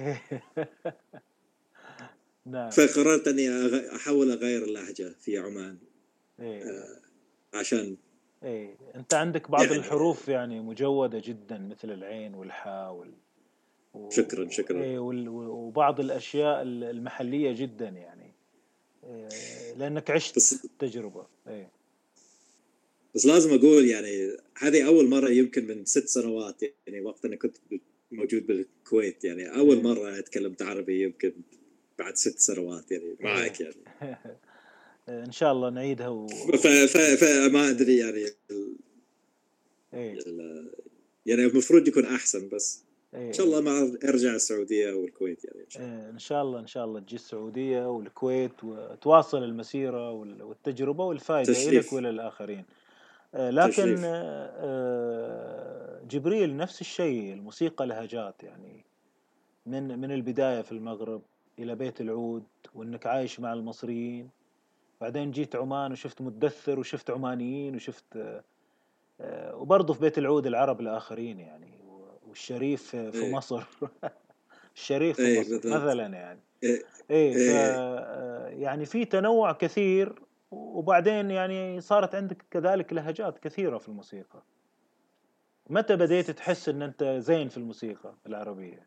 نعم. فقررت اني أغ- احاول اغير اللهجه في عمان ايه. آه، عشان ايه. انت عندك بعض يعني. الحروف يعني مجودة جدا، مثل العين والحاء وال... شكرا و... شكرا. إيه وال... وبعض الاشياء المحلية جدا يعني، إيه لانك عشت بس التجربة. ايه. بس لازم اقول يعني هذه اول مره يمكن من ست سنوات يعني، وقت انا كنت موجود بالكويت يعني اول ايه. مره اتكلمت عربي يمكن بعد ست سنوات يعني معك ايه. يعني. ان شاء الله نعيدها ف و... ف فما ادري يعني ال... ايه. ال... يعني المفروض يكون احسن، بس ان ايه. شاء الله ايه. ما ارجع السعوديه والكويت يعني ان شاء الله. إيه. ان شاء الله ان شاء الله تجي السعودية والكويت وتواصل المسيرة وال- والتجربة والفائدة لك تشريف وللآخرين. آه، لكن تشريف. آه، آه، جبريل نفس الشيء، الموسيقى لهجات يعني، من من البداية في المغرب إلى بيت العود، وإنك عايش مع المصريين، بعدين جيت عمان وشفت مدثر وشفت عمانيين وشفت آه، وبرضه في بيت العود العرب الآخرين يعني، والشريف في ايه مصر. الشريف في ايه مصر بالضبط. مثلا يعني. ايه ايه ف ايه آه، يعني في تنوع كثير، وبعدين يعني صارت عندك كذلك لهجات كثيرة في الموسيقى. متى بديت تحس ان انت زين في الموسيقى العربية؟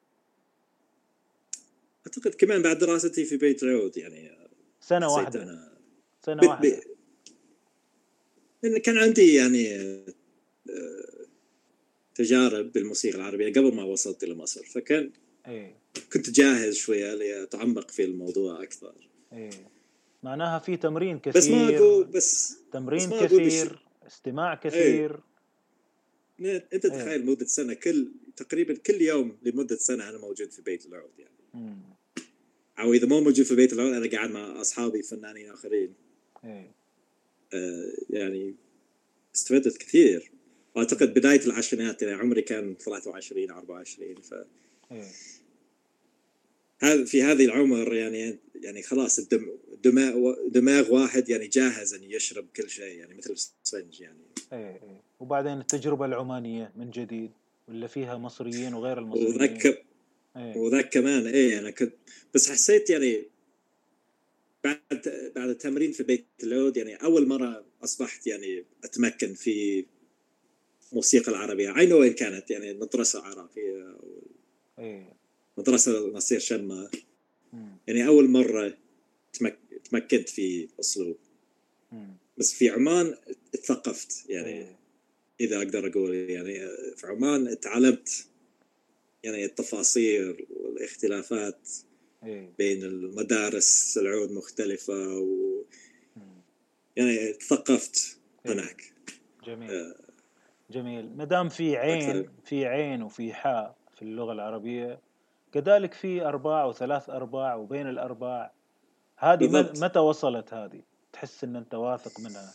اعتقد كمان بعد دراستي في بيت العود يعني سنة حسيت واحدة. انا سنة بت... ب... واحدة. لان كان عندي يعني تجارب بالموسيقى العربية قبل ما وصلت إلى مصر، فكان ايه كنت جاهز شوية لأتعمق في الموضوع أكثر. ايه معناها في تمرين كثير، بس ما أقول بس تمرين بس ما أقول بش... كثير، استماع ايه كثير. انت ايه تخيل مدة سنة كل تقريبا كل يوم لمدة سنة انا موجود في بيت العود يعني. مم. او اذا مو موجود في بيت العود انا قاعد مع اصحابي فنانين اخرين. ايه آه يعني استفدت كثير. اعتقد بداية العشرينات يعني عمري كان ثلاثة وعشرين أربعة وعشرين، ف ايه هذا في هذه العمر يعني يعني خلاص الدم دماغ دماغ واحد يعني جاهز ان يشرب كل شيء يعني مثل السفنج يعني. ايه ايه وبعدين التجربة العمانية من جديد واللي فيها مصريين وغير المصريين. وذاك ايه وذاك كمان ايه انا كنت بس حسيت يعني بعد بعد التمرين في بيت العود يعني اول مرة اصبحت يعني اتمكن في موسيقى العربية عينه وين كانت يعني مدرسة عراقية أو ايه مدرسة نصير شمة. مم. يعني اول مرة تمك... تمكنت في اسلوب. مم. بس في عمان اتثقفت يعني ايه إذا أقدر أقول يعني في عمان تعلمت يعني التفاصيل والاختلافات ايه بين المدارس العود مختلفة و مم. يعني تثقفت ايه هناك جميل آه، جميل. ما دام في أكثر. عين في عين وفي حاء في اللغة العربية، كذلك في أرباع وثلاث أرباع وبين الأرباع. هذه بالضبط. متى وصلت هذه؟ تحس إن أنت واثق منها؟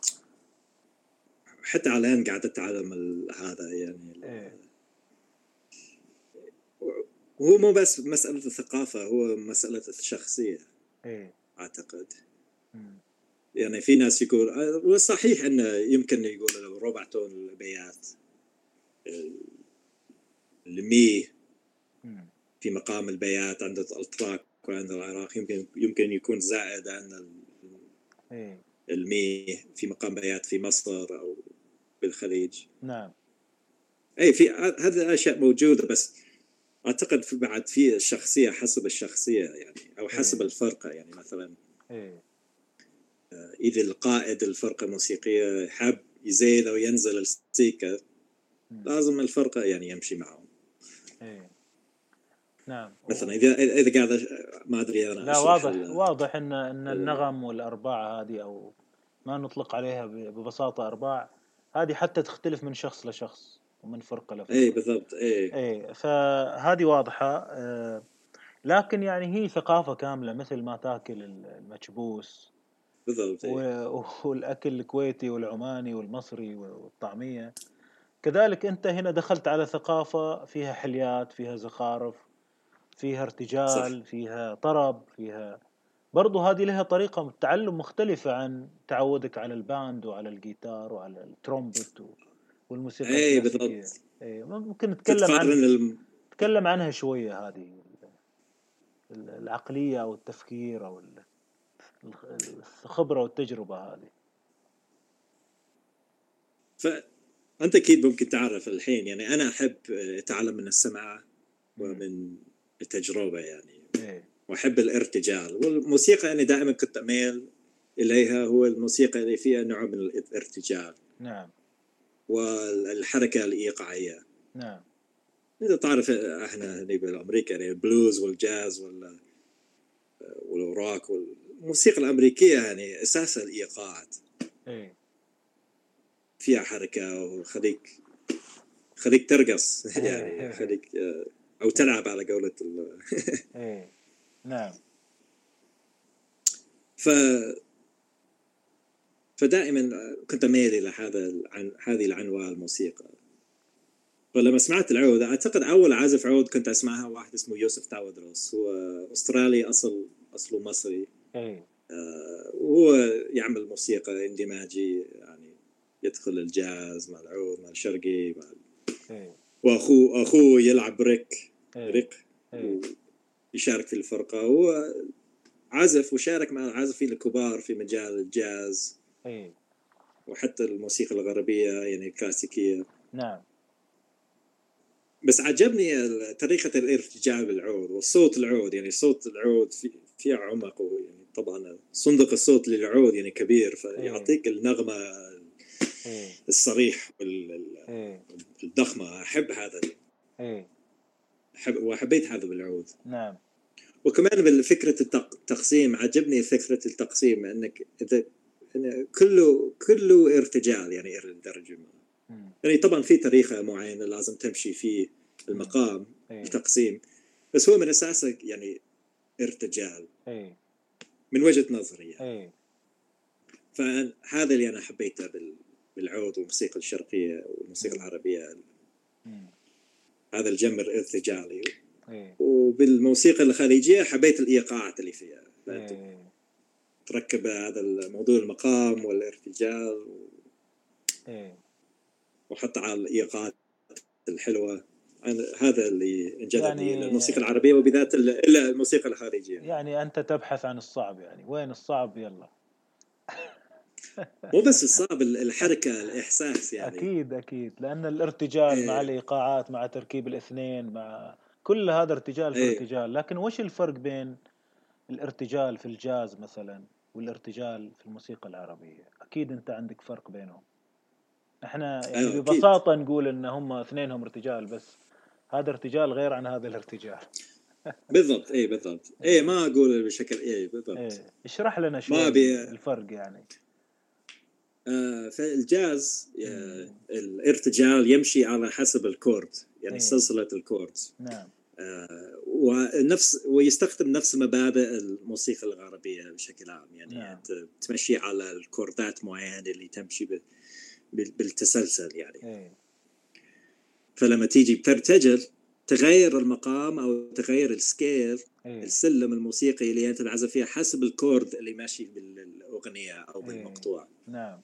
حتى على الآن قاعد أتعلم هذا يعني. إيه هو مو بس مسألة الثقافة، هو مسألة الشخصية إيه أعتقد. مم. يعني في ناس يقول وصحيح أنه يمكن يقول ربع تون البيات المي مم. في مقام البيات عند الأتراك وعند العراق يمكن يمكن يكون زائد عن إيه المي في مقام بيات في مصر أو بالخليج. نعم أي في هذه الأشياء موجودة، بس أعتقد في بعد في الشخصية حسب الشخصية يعني أو حسب إيه الفرقة يعني. مثلا إيه إذا القائد الفرقة الموسيقية حاب يزيد أو ينزل السيكة مم. لازم الفرقة يعني يمشي معهم. إيه نعم. مثلا إذا إذا قاعد ما أدري أنا لا أشرح واضح واضح إن إن ال النغم والأرباع هذه، أو ما نطلق عليها ببساطة أرباع، هذه حتى تختلف من شخص لشخص ومن فرقة أي لفرقة. بالضبط أي إيه فهذه واضحة. آه، لكن يعني هي ثقافة كاملة، مثل ما تاكل المكبوس بالضبط أي و- والأكل الكويتي والعماني والمصري والطعمية، كذلك أنت هنا دخلت على ثقافة فيها حليات، فيها زخارف، فيها صح. ارتجال، فيها طرب، فيها برضو هذه لها طريقة تعلم مختلفة عن تعودك على الباند وعلى الجيتار وعلى الترومبت والموسيقى أي الكلاسيكية. بالضبط. إيه، ممكن نتكلم عن تتقارن الم... نتكلم عنها شوية، هذه العقلية أو التفكير أو الخبرة والتجربة هذه. فأنت أكيد ممكن تعرف الحين يعني أنا أحب أتعلم من السمع مم. ومن التجربة يعني، إيه وأحب الارتجال والموسيقى يعني دائما كنت أميل إليها. هو الموسيقى اللي فيها نوع من الارتجال نعم والحركة الإيقاعية. نعم إذا تعرف إحنا هنا بالأمريكا يعني البلوز والجاز وال والروك والموسيقى الأمريكية يعني أساسها الإيقاعات، إيه فيها حركة وخليك خليك ترقص يعني إيه خليك أو تلعب على قولة ال... إيه نعم ف فدائما كنت أميل إلى هذا عن هذه العنوان الموسيقى. ولما سمعت العود أعتقد أول عازف عود كنت أسمعها واحد اسمه يوسف تاودروس، هو أسترالي أصل أصله مصري. إيه وهو يعمل موسيقى اندماجي يعني يدخل الجاز مع العود مع الشرقي مع إيه واخوه اخوه يلعب ريك إيه ريك إيه ويشارك في الفرقه. هو عزف وشارك مع العازفين الكبار في مجال الجاز إيه وحتى الموسيقى الغربيه يعني الكلاسيكيه. نعم بس عجبني طريقه الارتجال بالعود والصوت العود يعني صوت العود في فيها عمق يعني طبعا صندوق الصوت للعود يعني كبير إيه فيعطيك النغمه إيه. الصريح وال إيه. الضخمة. أحب هذا. إيه. أحب وحبيت هذا بالعود. نعم. وكمان بالفكرة التقسيم عجبني فكرة التقسيم أنك إذا إن كله كله ارتجال يعني الدرجة مم. يعني طبعا في طريقة معينة لازم تمشي فيه المقام إيه. التقسيم بس هو من أساسه يعني ارتجال إيه. من وجهة نظري يعني. إيه. فهذا اللي أنا حبيته بالعود والموسيقى الشرقية والموسيقى مم. العربية. مم. هذا الجمر ارتجالي. إيه. وبالموسيقى الخليجية حبيت الإيقاعات اللي فيها. إيه. تركب هذا الموضوع المقام والارتجال و... إيه. وحتى على الإيقاعات الحلوة. هذا اللي انجذب يعني لي الموسيقى العربية وبذات إلا الموسيقى الخارجية. يعني أنت تبحث عن الصعب، يعني وين الصعب يلا. مو بس الصعب الحركة الإحساس يعني. أكيد أكيد، لأن الارتجال مع إيه. الإيقاعات مع تركيب الاثنين مع كل هذا ارتجال في إيه. ارتجال. لكن وش الفرق بين الارتجال في الجاز مثلا والارتجال في الموسيقى العربية؟ أكيد أنت عندك فرق بينهم. احنا يعني أيوة أكيد. ببساطة نقول ان هم اثنينهم ارتجال، بس هذا ارتجال غير عن هذا الارتجال. بالضبط. ايه بالضبط. ايه ما اقول بشكل ايه بالضبط. ايه. اشرح لنا ما شوي بي الفرق يعني. آه في الجاز آه الارتجال يمشي على حسب الكورد يعني إيه. سلسلة الكورد. نعم. آه ونفس ويستخدم نفس مبادئ الموسيقى الغربية بشكل عام يعني. نعم. تمشي على الكوردات معينة اللي تمشي بالتسلسل يعني. إيه. فلما تيجي بترتجل تغير المقام أو تغير السكيل. إيه. السلم الموسيقي اللي أنت تعزف فيها حسب الكورد اللي ماشي بالأغنية أو بالمقطوع. إيه. نعم.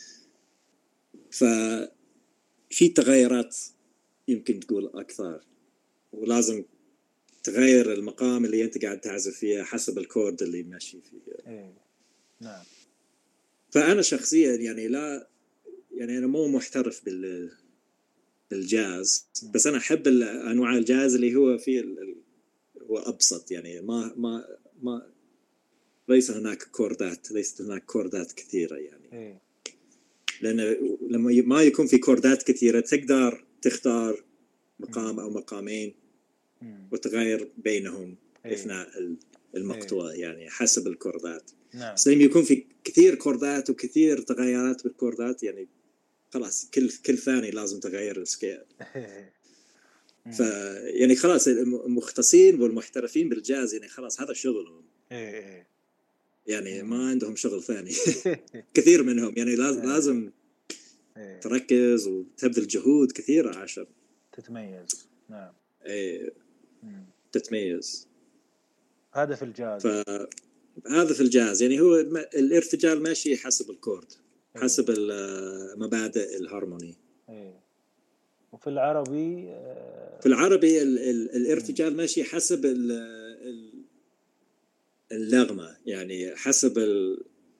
ففي تغيرات يمكن تقول أكثر ولازم تغير المقام اللي أنت قاعد تعزف فيه حسب الكورد اللي ماشي فيه. إيه. نعم. فأنا شخصيا يعني لا يعني أنا مو محترف بال بالجاز بس أنا أحب أنواع الجاز اللي هو فيه ال... هو أبسط يعني ما ما ما ليس هناك كوردات ليست هناك كوردات كثيرة يعني. إيه. لأن لما ما يكون في كوردات كثيرة تقدر تختار مقام أو مقامين وتغير بينهم إيه. أثناء المقطوع إيه. يعني حسب الكوردات. نعم. بس لما يكون في كثير كوردات وكثير تغيرات بالكوردات يعني خلاص كل كل ثاني لازم تغير السكيل. ف يعني خلاص المختصين والمحترفين بالجاز يعني خلاص هذا شغلهم. إيه. يعني ما عندهم شغل ثاني. كثير منهم يعني لازم لازم تركز وتبذل جهود كثيرة عشان تتميز. نعم. ايه تتميز. هذا في الجاز. فهذا في الجاز يعني هو الارتجال ماشي حسب الكورد حسب مبادئ الهارموني. ايه. وفي العربي في العربي ال ال الارتجال ماشي حسب ال ال اللغمة يعني حسب ال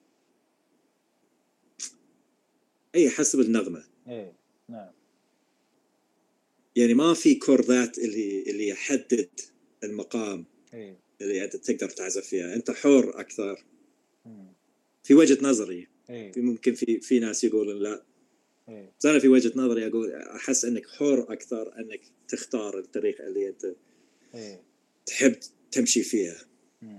اي حسب النغمة. ايه. نعم. يعني ما في كوردات اللي اللي يحدد المقام ايه. اللي انت تقدر تعزف فيها. انت حر اكثر. مم. في وجهة نظري. ايه. في ممكن في في ناس يقولون لا. ايه. بس انا في وجهة نظري اقول احس انك حر اكثر انك تختار الطريقة اللي انت ايه. تحب تمشي فيها. مم.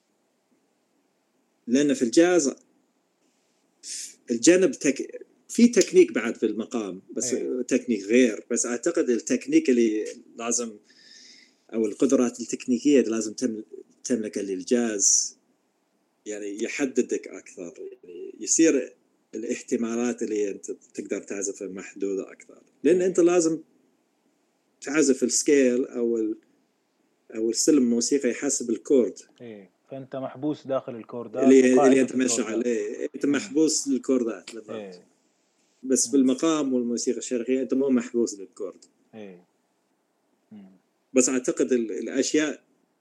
لان في الجاز الجانب تك... في تكنيك بعد في المقام بس إيه. تكنيك غير. بس اعتقد التكنيك اللي لازم او القدرات التكنيكيه اللي لازم تملكها للجاز يعني يحددك اكثر يعني يصير الاحتمالات اللي انت تقدر تعزفها محدوده اكثر. لان إيه. انت لازم تعزف السكيل او ال... او السلم الموسيقي حسب الكورد. ايه. فانت محبوس داخل الكوردات اللي, اللي انت ماشي عليه. انت محبوس للكوردات بالضبط. إيه. بس بالمقام والموسيقى الشرقية أنت مو محبوس للكورد. إيه. بس أعتقد الأشياء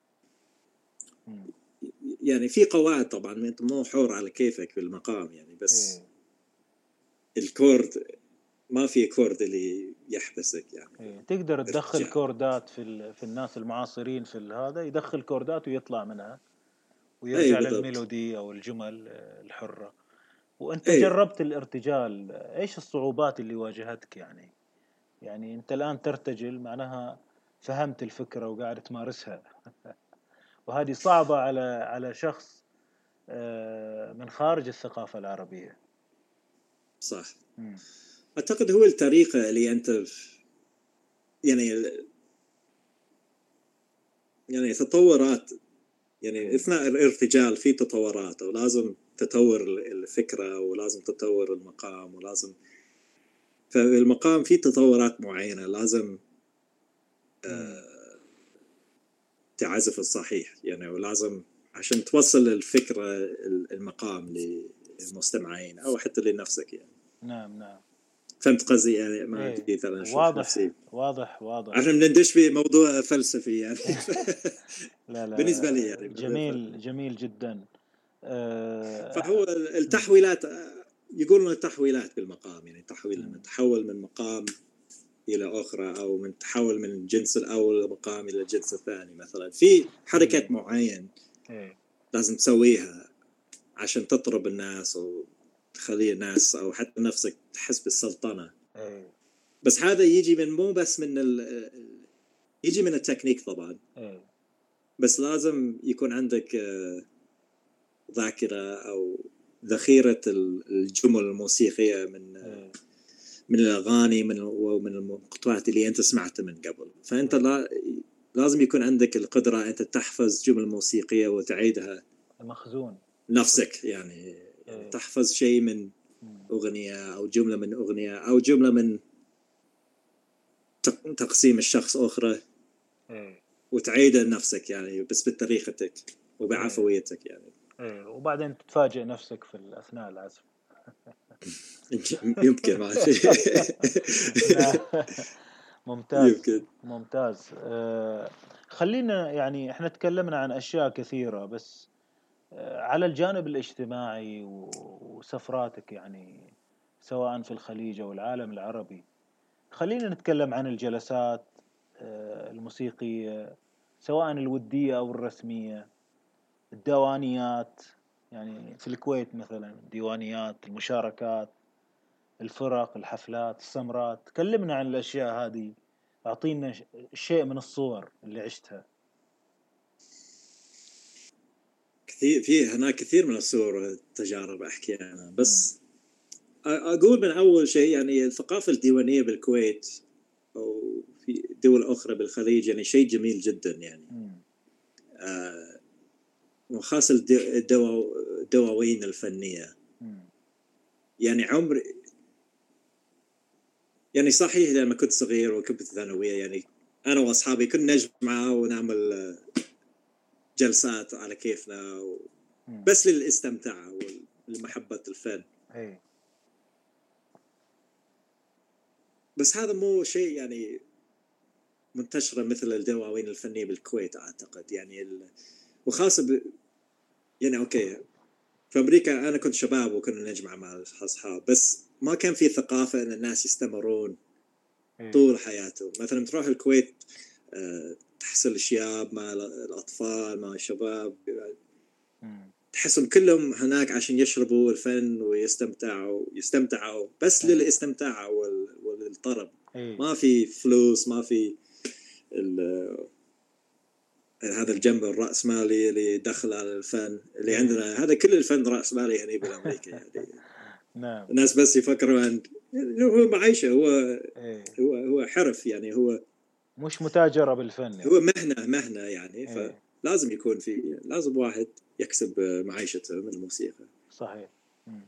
يعني في قواعد طبعا أنت مو حور على كيفك بالمقام يعني بس إيه. الكورد ما في كورد اللي يحبسك يعني. إيه. تقدر تدخل ارتجاع. كوردات في في الناس المعاصرين في هذا يدخل كوردات ويطلع منها ويرجع أيه للميلودي أو الجمل الحرة. وأنت ايه جربت الارتجال، إيش الصعوبات اللي واجهتك يعني؟ يعني أنت الآن ترتجل، معناها فهمت الفكرة وقاعد تمارسها، وهذه صعبة على على شخص آه، من خارج الثقافة العربية. صح. مم. اعتقد هو الطريقه اللي انت يعني يعني تطورات، يعني اثناء الارتجال في تطورات، ولازم تطور الفكره ولازم تطور المقام، ولازم فالمقام فيه تطورات معينه لازم مم. تعزف الصحيح يعني، ولازم عشان توصل الفكره المقام للمستمعين او حتى لنفسك يعني. نعم نعم. فهمت قصدي يعني؟ ما إيه، ادري اذا اشرح نفسي. واضح واضح واضح. احنا بندش في موضوع فلسفي يعني. لا بالنسبه لي لا، يعني. جميل جميل جدا. فهو أه... مم. التحويلات يقولون التحويلات بالمقام، يعني تحويل لما مم. تحول من مقام الى اخرى، او من تحول من الجنس الاول مقام الى الجنس الثاني مثلا، في حركات إيه. معين إيه. لازم تسويها عشان تطرب الناس او تخلي الناس او حتى نفسك تحس بالسلطنه. إيه. بس هذا يجي من مو بس من ال... يجي من التكنيك طبعا، إيه. بس لازم يكون عندك ذاكرة أو ذخيرة الجمل الموسيقية من إيه. من الأغاني من ومن المقطوعات اللي أنت سمعتها من قبل. فأنت إيه. لا لازم يكون عندك القدرة أنت تحفظ جمل موسيقية وتعيدها مخزون. نفسك يعني. يعني إيه. تحفظ شيء من مم. أغنية أو جملة من أغنية أو جملة من تقسيم الشخص أخرى، إيه. وتعيدها لنفسك يعني بس بطريقتك إيه. وبعفويتك يعني. إيه. وبعدين تتفاجئ نفسك في أثناء العزف. يمكن ما في. نعم. ممتاز يمكن. ممتاز. أه خلينا يعني احنا تكلمنا عن أشياء كثيرة، بس أه على الجانب الاجتماعي وسفراتك يعني، سواء في الخليج أو العالم العربي، خلينا نتكلم عن الجلسات أه الموسيقية، سواء الودية أو الرسمية، الديوانيات، يعني في الكويت مثلا ديوانيات، المشاركات، الفرق، الحفلات، السمرات. كلمنا عن الأشياء هذه، أعطينا شيء من الصور اللي عشتها. كثير في هناك كثير من الصور والتجارب أحكي عنها، مم. بس أقول من أول شيء يعني الثقافة الديوانية بالكويت أو في دول أخرى بالخليج يعني شيء جميل جدا يعني. مم. آه وخاصة الدو الدواوين الفنية. مم. يعني عمري يعني صحيح لما كنت صغير وكنت بالثانوية يعني أنا وأصحابي كنا نجمع ونعمل جلسات على كيفنا و... مم. بس للاستمتاع ولمحبة الفن. أي. بس هذا مو شيء يعني منتشرة مثل الدواوين الفنية بالكويت أعتقد يعني ال... وخاصة ب... يعني أوكي في أمريكا أنا كنت شباب وكنا نجمع مع أصحاب، بس ما كان في ثقافة أن الناس يستمرون أي. طول حياتهم. مثلا تروح الكويت أه... تحصل الشياب مع الأطفال مع الشباب، مم. تحسهم كلهم هناك عشان يشربوا الفن ويستمتعوا يستمتعوا بس أي. للاستمتاع وال... والطرب. أي. ما في فلوس، ما في ال... هذا أي. الجنب الرأسمالي اللي دخل على الفن اللي أي. عندنا. هذا كل الفن رأسمالي يعني بالأمريكا يعني. نعم. الناس بس يفكروا عن يعني هو معيشة، هو أي. هو هو حرف يعني، هو مش متاجرة بالفن هو يعني. مهنة مهنة يعني. أي. فلازم يكون في لازم واحد يكسب معيشته من الموسيقى. صحيح. مم.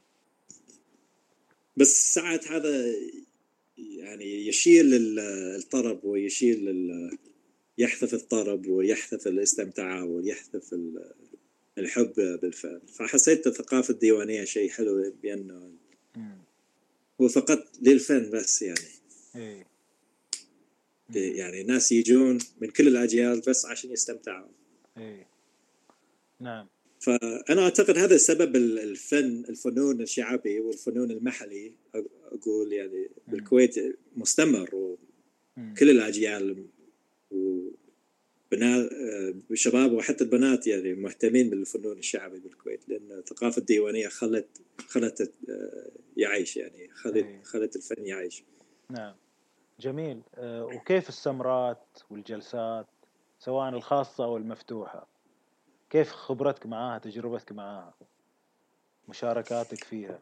بس ساعات هذا يعني يشيل الطرب ويشيل يحذف الطرب ويحذف الاستمتاع ويحذف الحب بالفن. فحسيت الثقافة الديوانية شيء حلو بأنه مم. هو فقط للفن بس يعني. أي. مم. يعني ناس يجون من كل الأجيال بس عشان يستمتعوا. أي. نعم. فأنا أعتقد هذا سبب الفن الفنون الشعبي والفنون المحلي أقول يعني مم. بالكويت مستمر، مم. وكل الأجيال وبنات الشباب وحتى البنات يعني مهتمين بالفنون الشعبي بالكويت، لأن الثقافة الديوانية خلت خلت يعيش يعني خلت إيه. خلت الفن يعيش. نعم جميل. أه وكيف السمرات والجلسات سواء الخاصة أو المفتوحة، كيف خبرتك معاها، تجربتك معاها، مشاركاتك فيها؟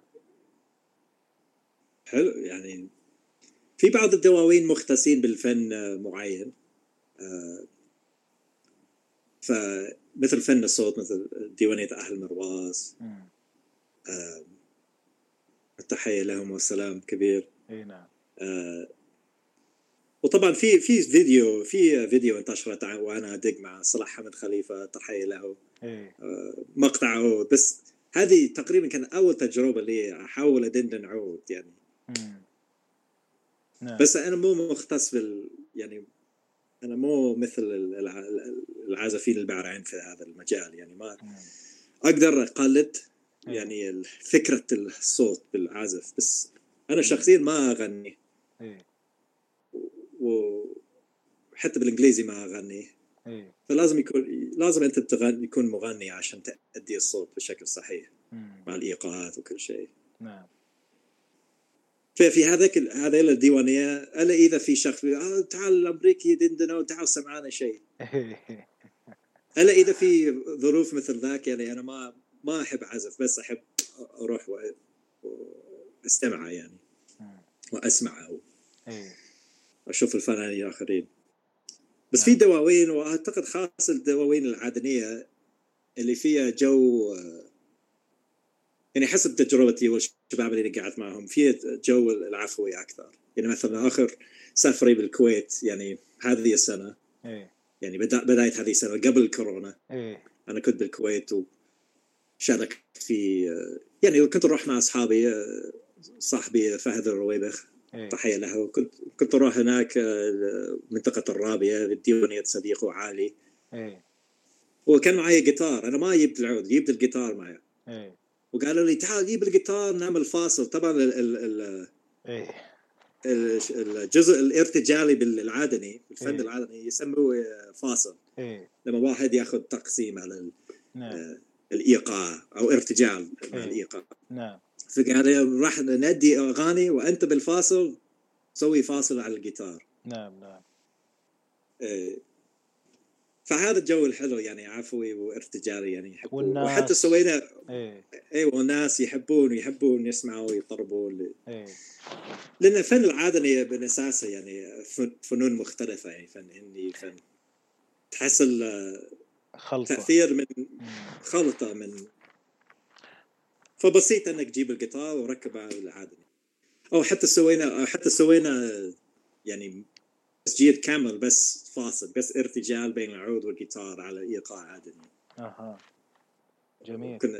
حلو يعني في بعض الدواوين مختصين بالفن معين، آه فمثل فن الصوت مثل ديوانية أهل مرواز، آه التحية لهم والسلام كبير. اي نعم. آه وطبعا في في فيديو في فيديو انتشرت وانا ادق مع صلاح حمد خليفه، تحيه له. إيه. آه مقطعه، بس هذه تقريبا كان اول تجربه لي احاول ادندن عود يعني. نعم. بس انا مو مختص بال يعني انا مو مثل العازفين البارعين في هذا المجال يعني، ما مم. اقدر اقلد إيه. يعني فكره الصوت بالعازف، بس انا شخصيا ما اغني. إيه. وحتى بالانجليزي ما اغني. إيه. فلازم يكون لازم انت تغني يكون مغني عشان تأدي الصوت بشكل صحيح. مم. مع الايقاعات وكل شيء. نعم. ففي هذاك هذه الديوانيه، الا اذا في شخص آه تعال الامريكي دندنو تعال سمعنا شيء، الا اذا في ظروف مثل ذاك يعني انا ما ما احب اعزف، بس احب اروح واستمع يعني واسمع او إيه. اشوف الفنانين الاخرين. بس نعم. في دواوين، واعتقد خاصه الدواوين العدنيه اللي فيها جو يعني حسب تجربتي والشباب اللي قعدت معهم، في جو العفوي اكثر. يعني مثلا اخر سفري بالكويت يعني هذه السنه، إيه. يعني بدا بدايه هذه السنه قبل الكورونا. إيه. انا كنت بالكويت وشاركت في يعني كنت اروح مع اصحابي، صاحبي فهد الرويبخ، إيه. تحيه له. كنت كنت اروح هناك منطقه الرابيه بالديوانيه صديقه عالي. إيه. وكان معي جيتار، انا ما جبت العود، جبت الجيتار معي. إيه. وقالوا لي تعال جيب الجيتار نعمل فاصل. طبعا ال ال ال إيه. الجزء الارتجالي بالعادني، الفن إيه. العادني يسموه فاصل. إيه. لما واحد ياخذ تقسيم على نعم. الايقاع او ارتجال مع إيه. الايقاع. نعم. فقال راح ندي اغاني وانت بالفاصل سوي فاصل على الجيتار. نعم. نعم. إيه. فهذا الجو الحلو يعني عفوي وارتجالي يعني يحبوه. والناس. وحتى سوينا إيه. ايوه والناس يحبون يحبون يسمعوا ويطربون. إيه. لان الفن العادني بالاساس يعني فنون مختلفه، يعني فن هندي، فن تحس تاثير من خلطه من. فبسيط انك تجيب الجيتار وركبه على العادني. او حتى سوينا حتى سوينا يعني تسجيل كامل بس فاصل، بس ارتجال بين العود والجيتار على ايقاع عادني. اها جميل. كنا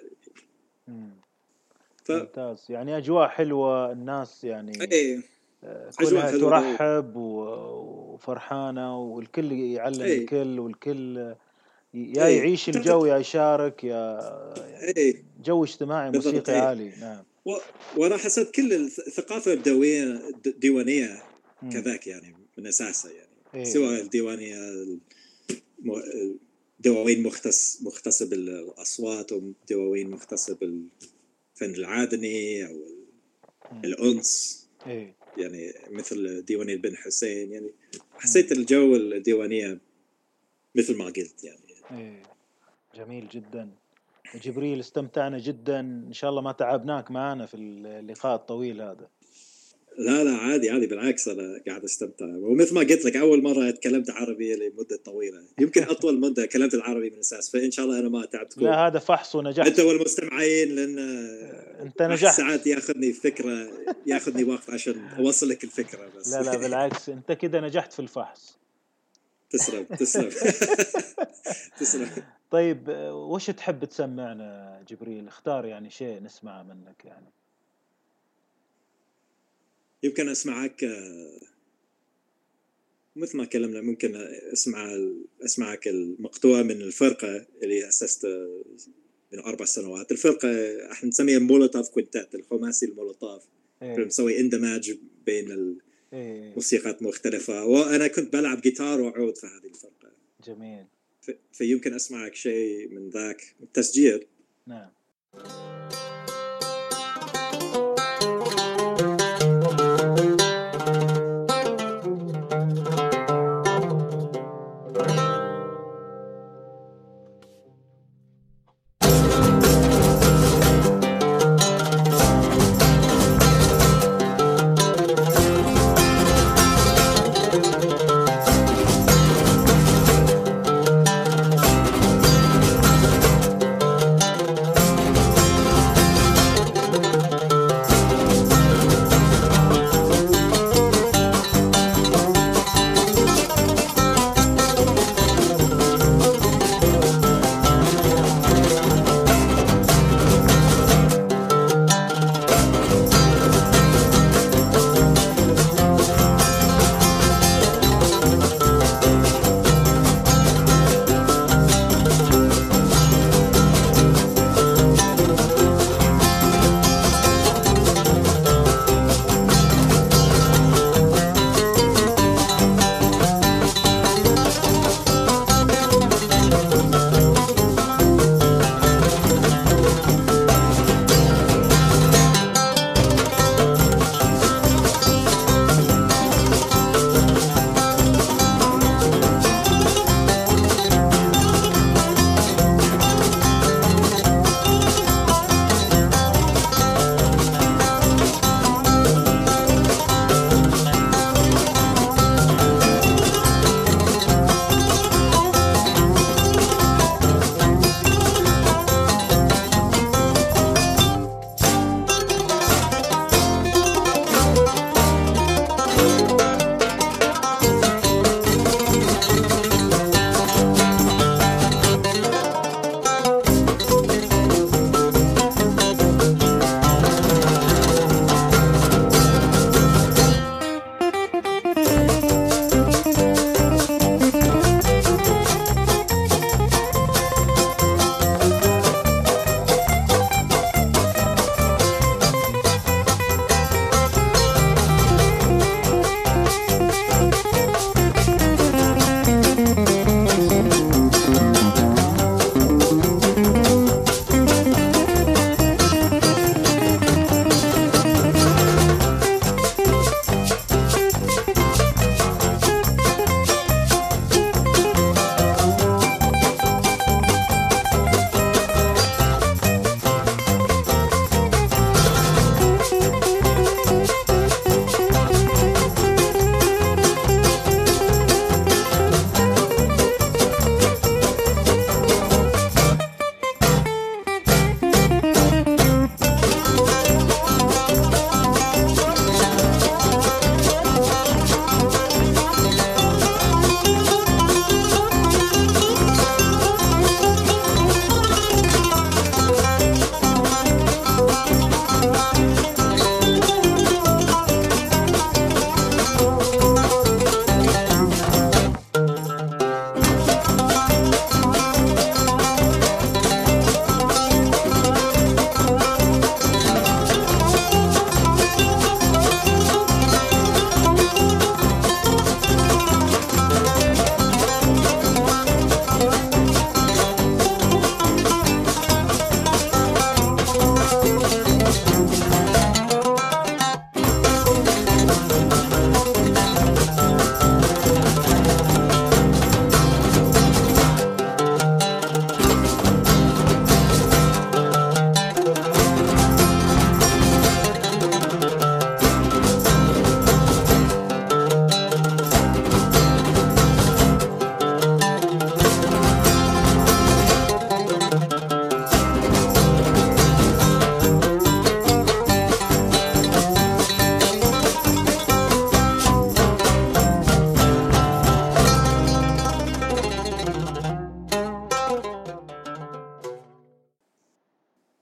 ف... ممتاز. يعني اجواء حلوه، الناس يعني ايه كلها ترحب وفرحانه، والكل يعلم أيه. الكل، والكل يا أيه. يعيش الجو يا يشارك، يا أيه. جو اجتماعي موسيقي أيه. عالي. نعم. و... وانا حسيت كل الثقافه الديوانيه ديوانيه كذاك يعني من اساسها يعني أيه. سواء الديوانيه دواوين مختص مختصه بالاصوات، ودواوين مختصه بالفن العادني او الانس أيه. يعني مثل ديوانيه بن حسين. يعني حسيت الجو الديوانيه مثل ما قلت يعني. أيه. جميل جدا جبريل، استمتعنا جدا، ان شاء الله ما تعبناك معنا في اللقاء الطويل هذا. لا لا عادي عادي، بالعكس انا قاعد استمتع. ومثل ما قلت لك اول مره تكلمت عربي لمده طويله، يمكن اطول مده كلمت العربي من الاساس، فان شاء الله انا ما تعبتكم. لا هذا فحص ونجحت انت والمستمعين، لان انت نجحت. ساعات ياخذني فكره ياخذني وقت عشان اوصل لك الفكره بس. لا لا بالعكس انت كده نجحت في الفحص. تسلم تسلم. تسلم. طيب وش تحب تسمعنا جبريل؟ اختار يعني شيء نسمعه منك. يعني يمكن اسمعك مثل ما كلمنا، ممكن اسمع اسمعك المقطوعه من الفرقه اللي اسست من اربع سنوات. الفرقه احنا نسميها مولوتوف كوينتات، الخماسي المولوتوف. إيه. مسوي اندماج بين الموسيقات مختلفه، وانا كنت بلعب جيتار وعود في هذه الفرقه. جميل. فيمكن اسمعك شيء من ذاك التسجيل. نعم.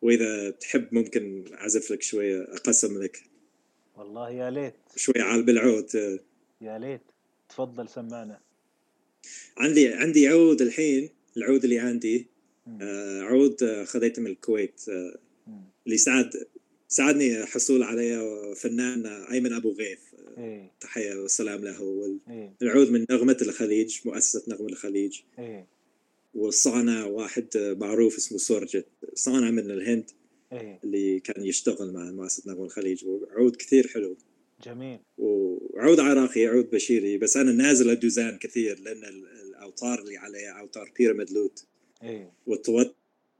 واذا تحب ممكن اعزف لك شويه، اقسم لك. والله يا ليت. شويه على بالعود. يا ليت، تفضل سمعنا. عندي عندي عود الحين. العود اللي عندي آه عود آه خذيته من الكويت، آه اللي ساعد ساعدني حصول عليه فنان أيمن أبو غيث. إيه. تحية والسلام له. وال... إيه. العود من نغمة الخليج، مؤسسة نغمة الخليج. إيه. والصانع واحد معروف اسمه سورجت، صانع من الهند. إيه. اللي كان يشتغل مع مؤسسة نغمة الخليج، وعود كثير حلو. جميل. وعود عراقي، عود بشيري، بس أنا نازل الدوزان كثير لأن الأوتار اللي عليه أوتار بيراميد لوت. إيه. وتوتر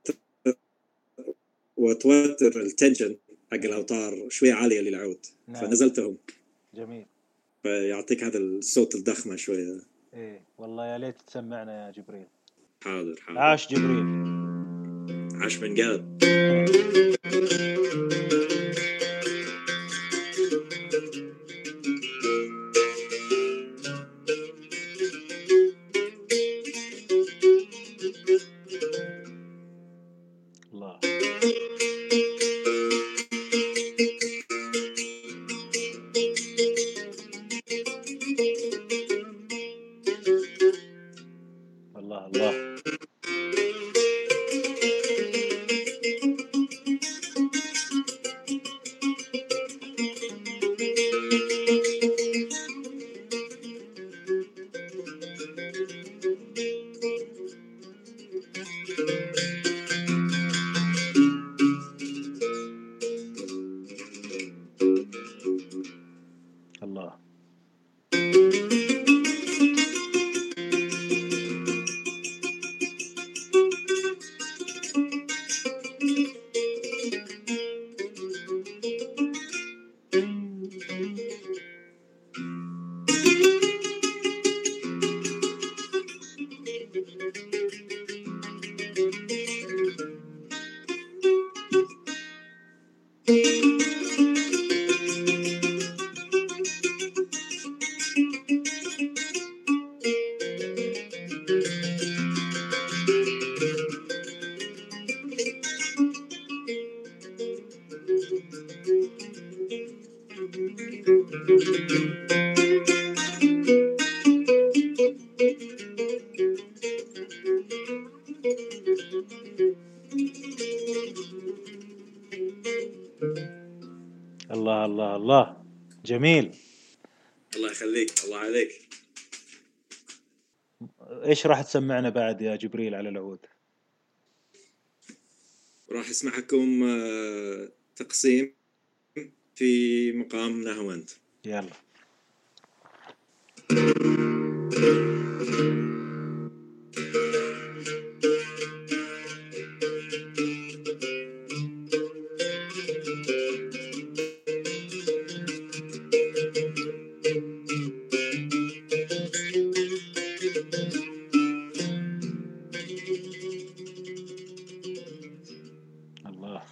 وتوتر التنشن حق الأوتار شوية عالية للعود. نعم. فنزلتهم. جميل. فيعطيك هذا الصوت الضخمة شوية. إيه والله يا ليت تسمعنا يا جبريل. حاضر حاضر. عاش جبريل، عاش من قلب. الله. الله الله. الله. الله الله الله. جميل. الله يخليك. الله عليك. ايش راح تسمعنا بعد يا جبريل على العود؟ راح اسمعكم تقسيم في مقام نهوند. يلا. الله.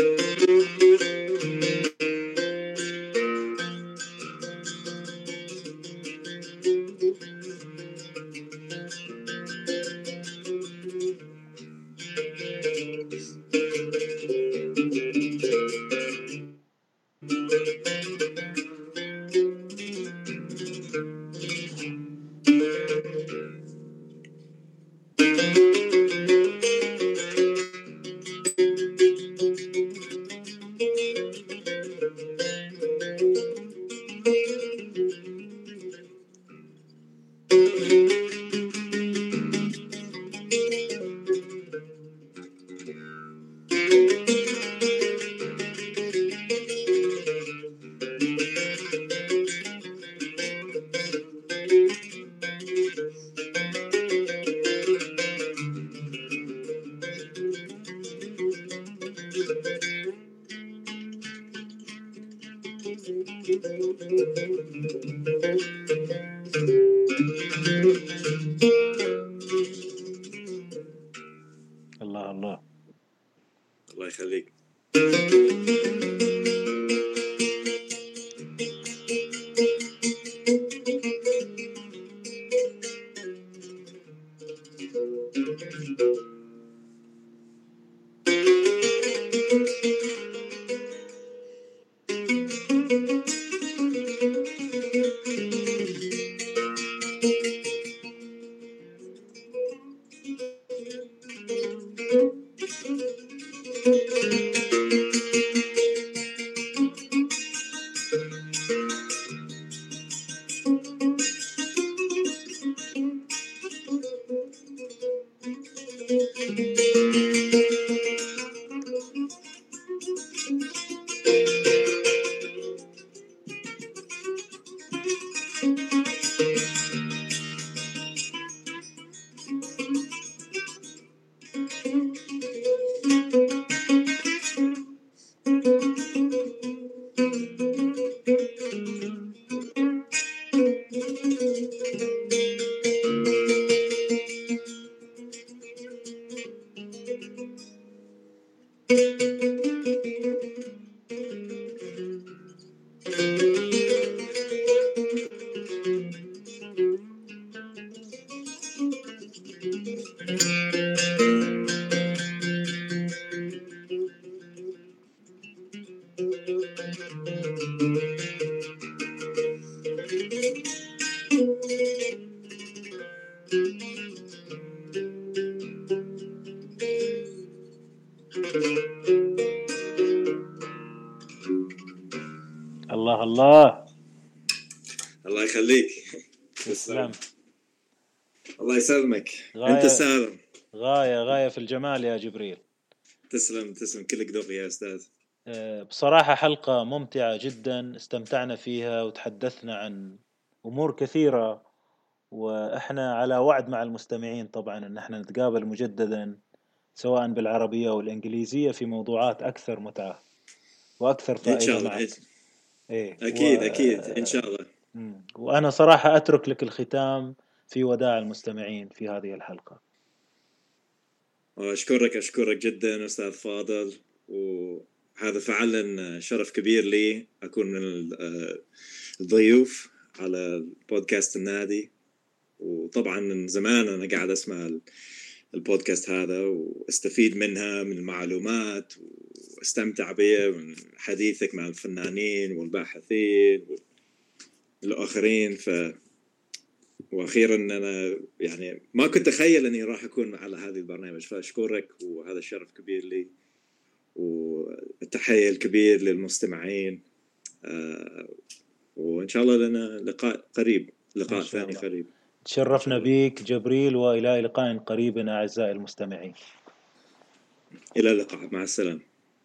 الله الله. الله يخليك. الله الله الله يخليك. تسلم. الله يسلمك. غاية انت سالم. غاية غاية في الجمال يا جبريل. تسلم تسلم كلك ذوق يا استاذ. بصراحة حلقة ممتعة جدا، استمتعنا فيها وتحدثنا عن أمور كثيرة، وإحنا على وعد مع المستمعين طبعا أن احنا نتقابل مجددا سواء بالعربية والإنجليزية في موضوعات أكثر متعة وأكثر فائدة ان شاء الله معك. إيه اكيد و... اكيد ان شاء الله. وأنا صراحة أترك لك الختام في وداع المستمعين في هذه الحلقة. أشكرك أشكرك جدا أستاذ فاضل، وهذا فعلا شرف كبير لي أكون من الضيوف على البودكاست النادي. وطبعا من زمان أنا قاعد أسمع البودكاست هذا واستفيد منها من المعلومات واستمتع بها من حديثك مع الفنانين والباحثين والآخرين. ف واخيرا انا يعني ما كنت اتخيل اني راح اكون على هذه البرنامج، فاشكرك وهذا الشرف كبير لي، والتحيه الكبير للمستمعين. آه وان شاء الله لنا لقاء قريب، لقاء ثاني قريب. تشرفنا بك جبريل، والى لقاء قريب اعزائي المستمعين. الى اللقاء، مع السلامه.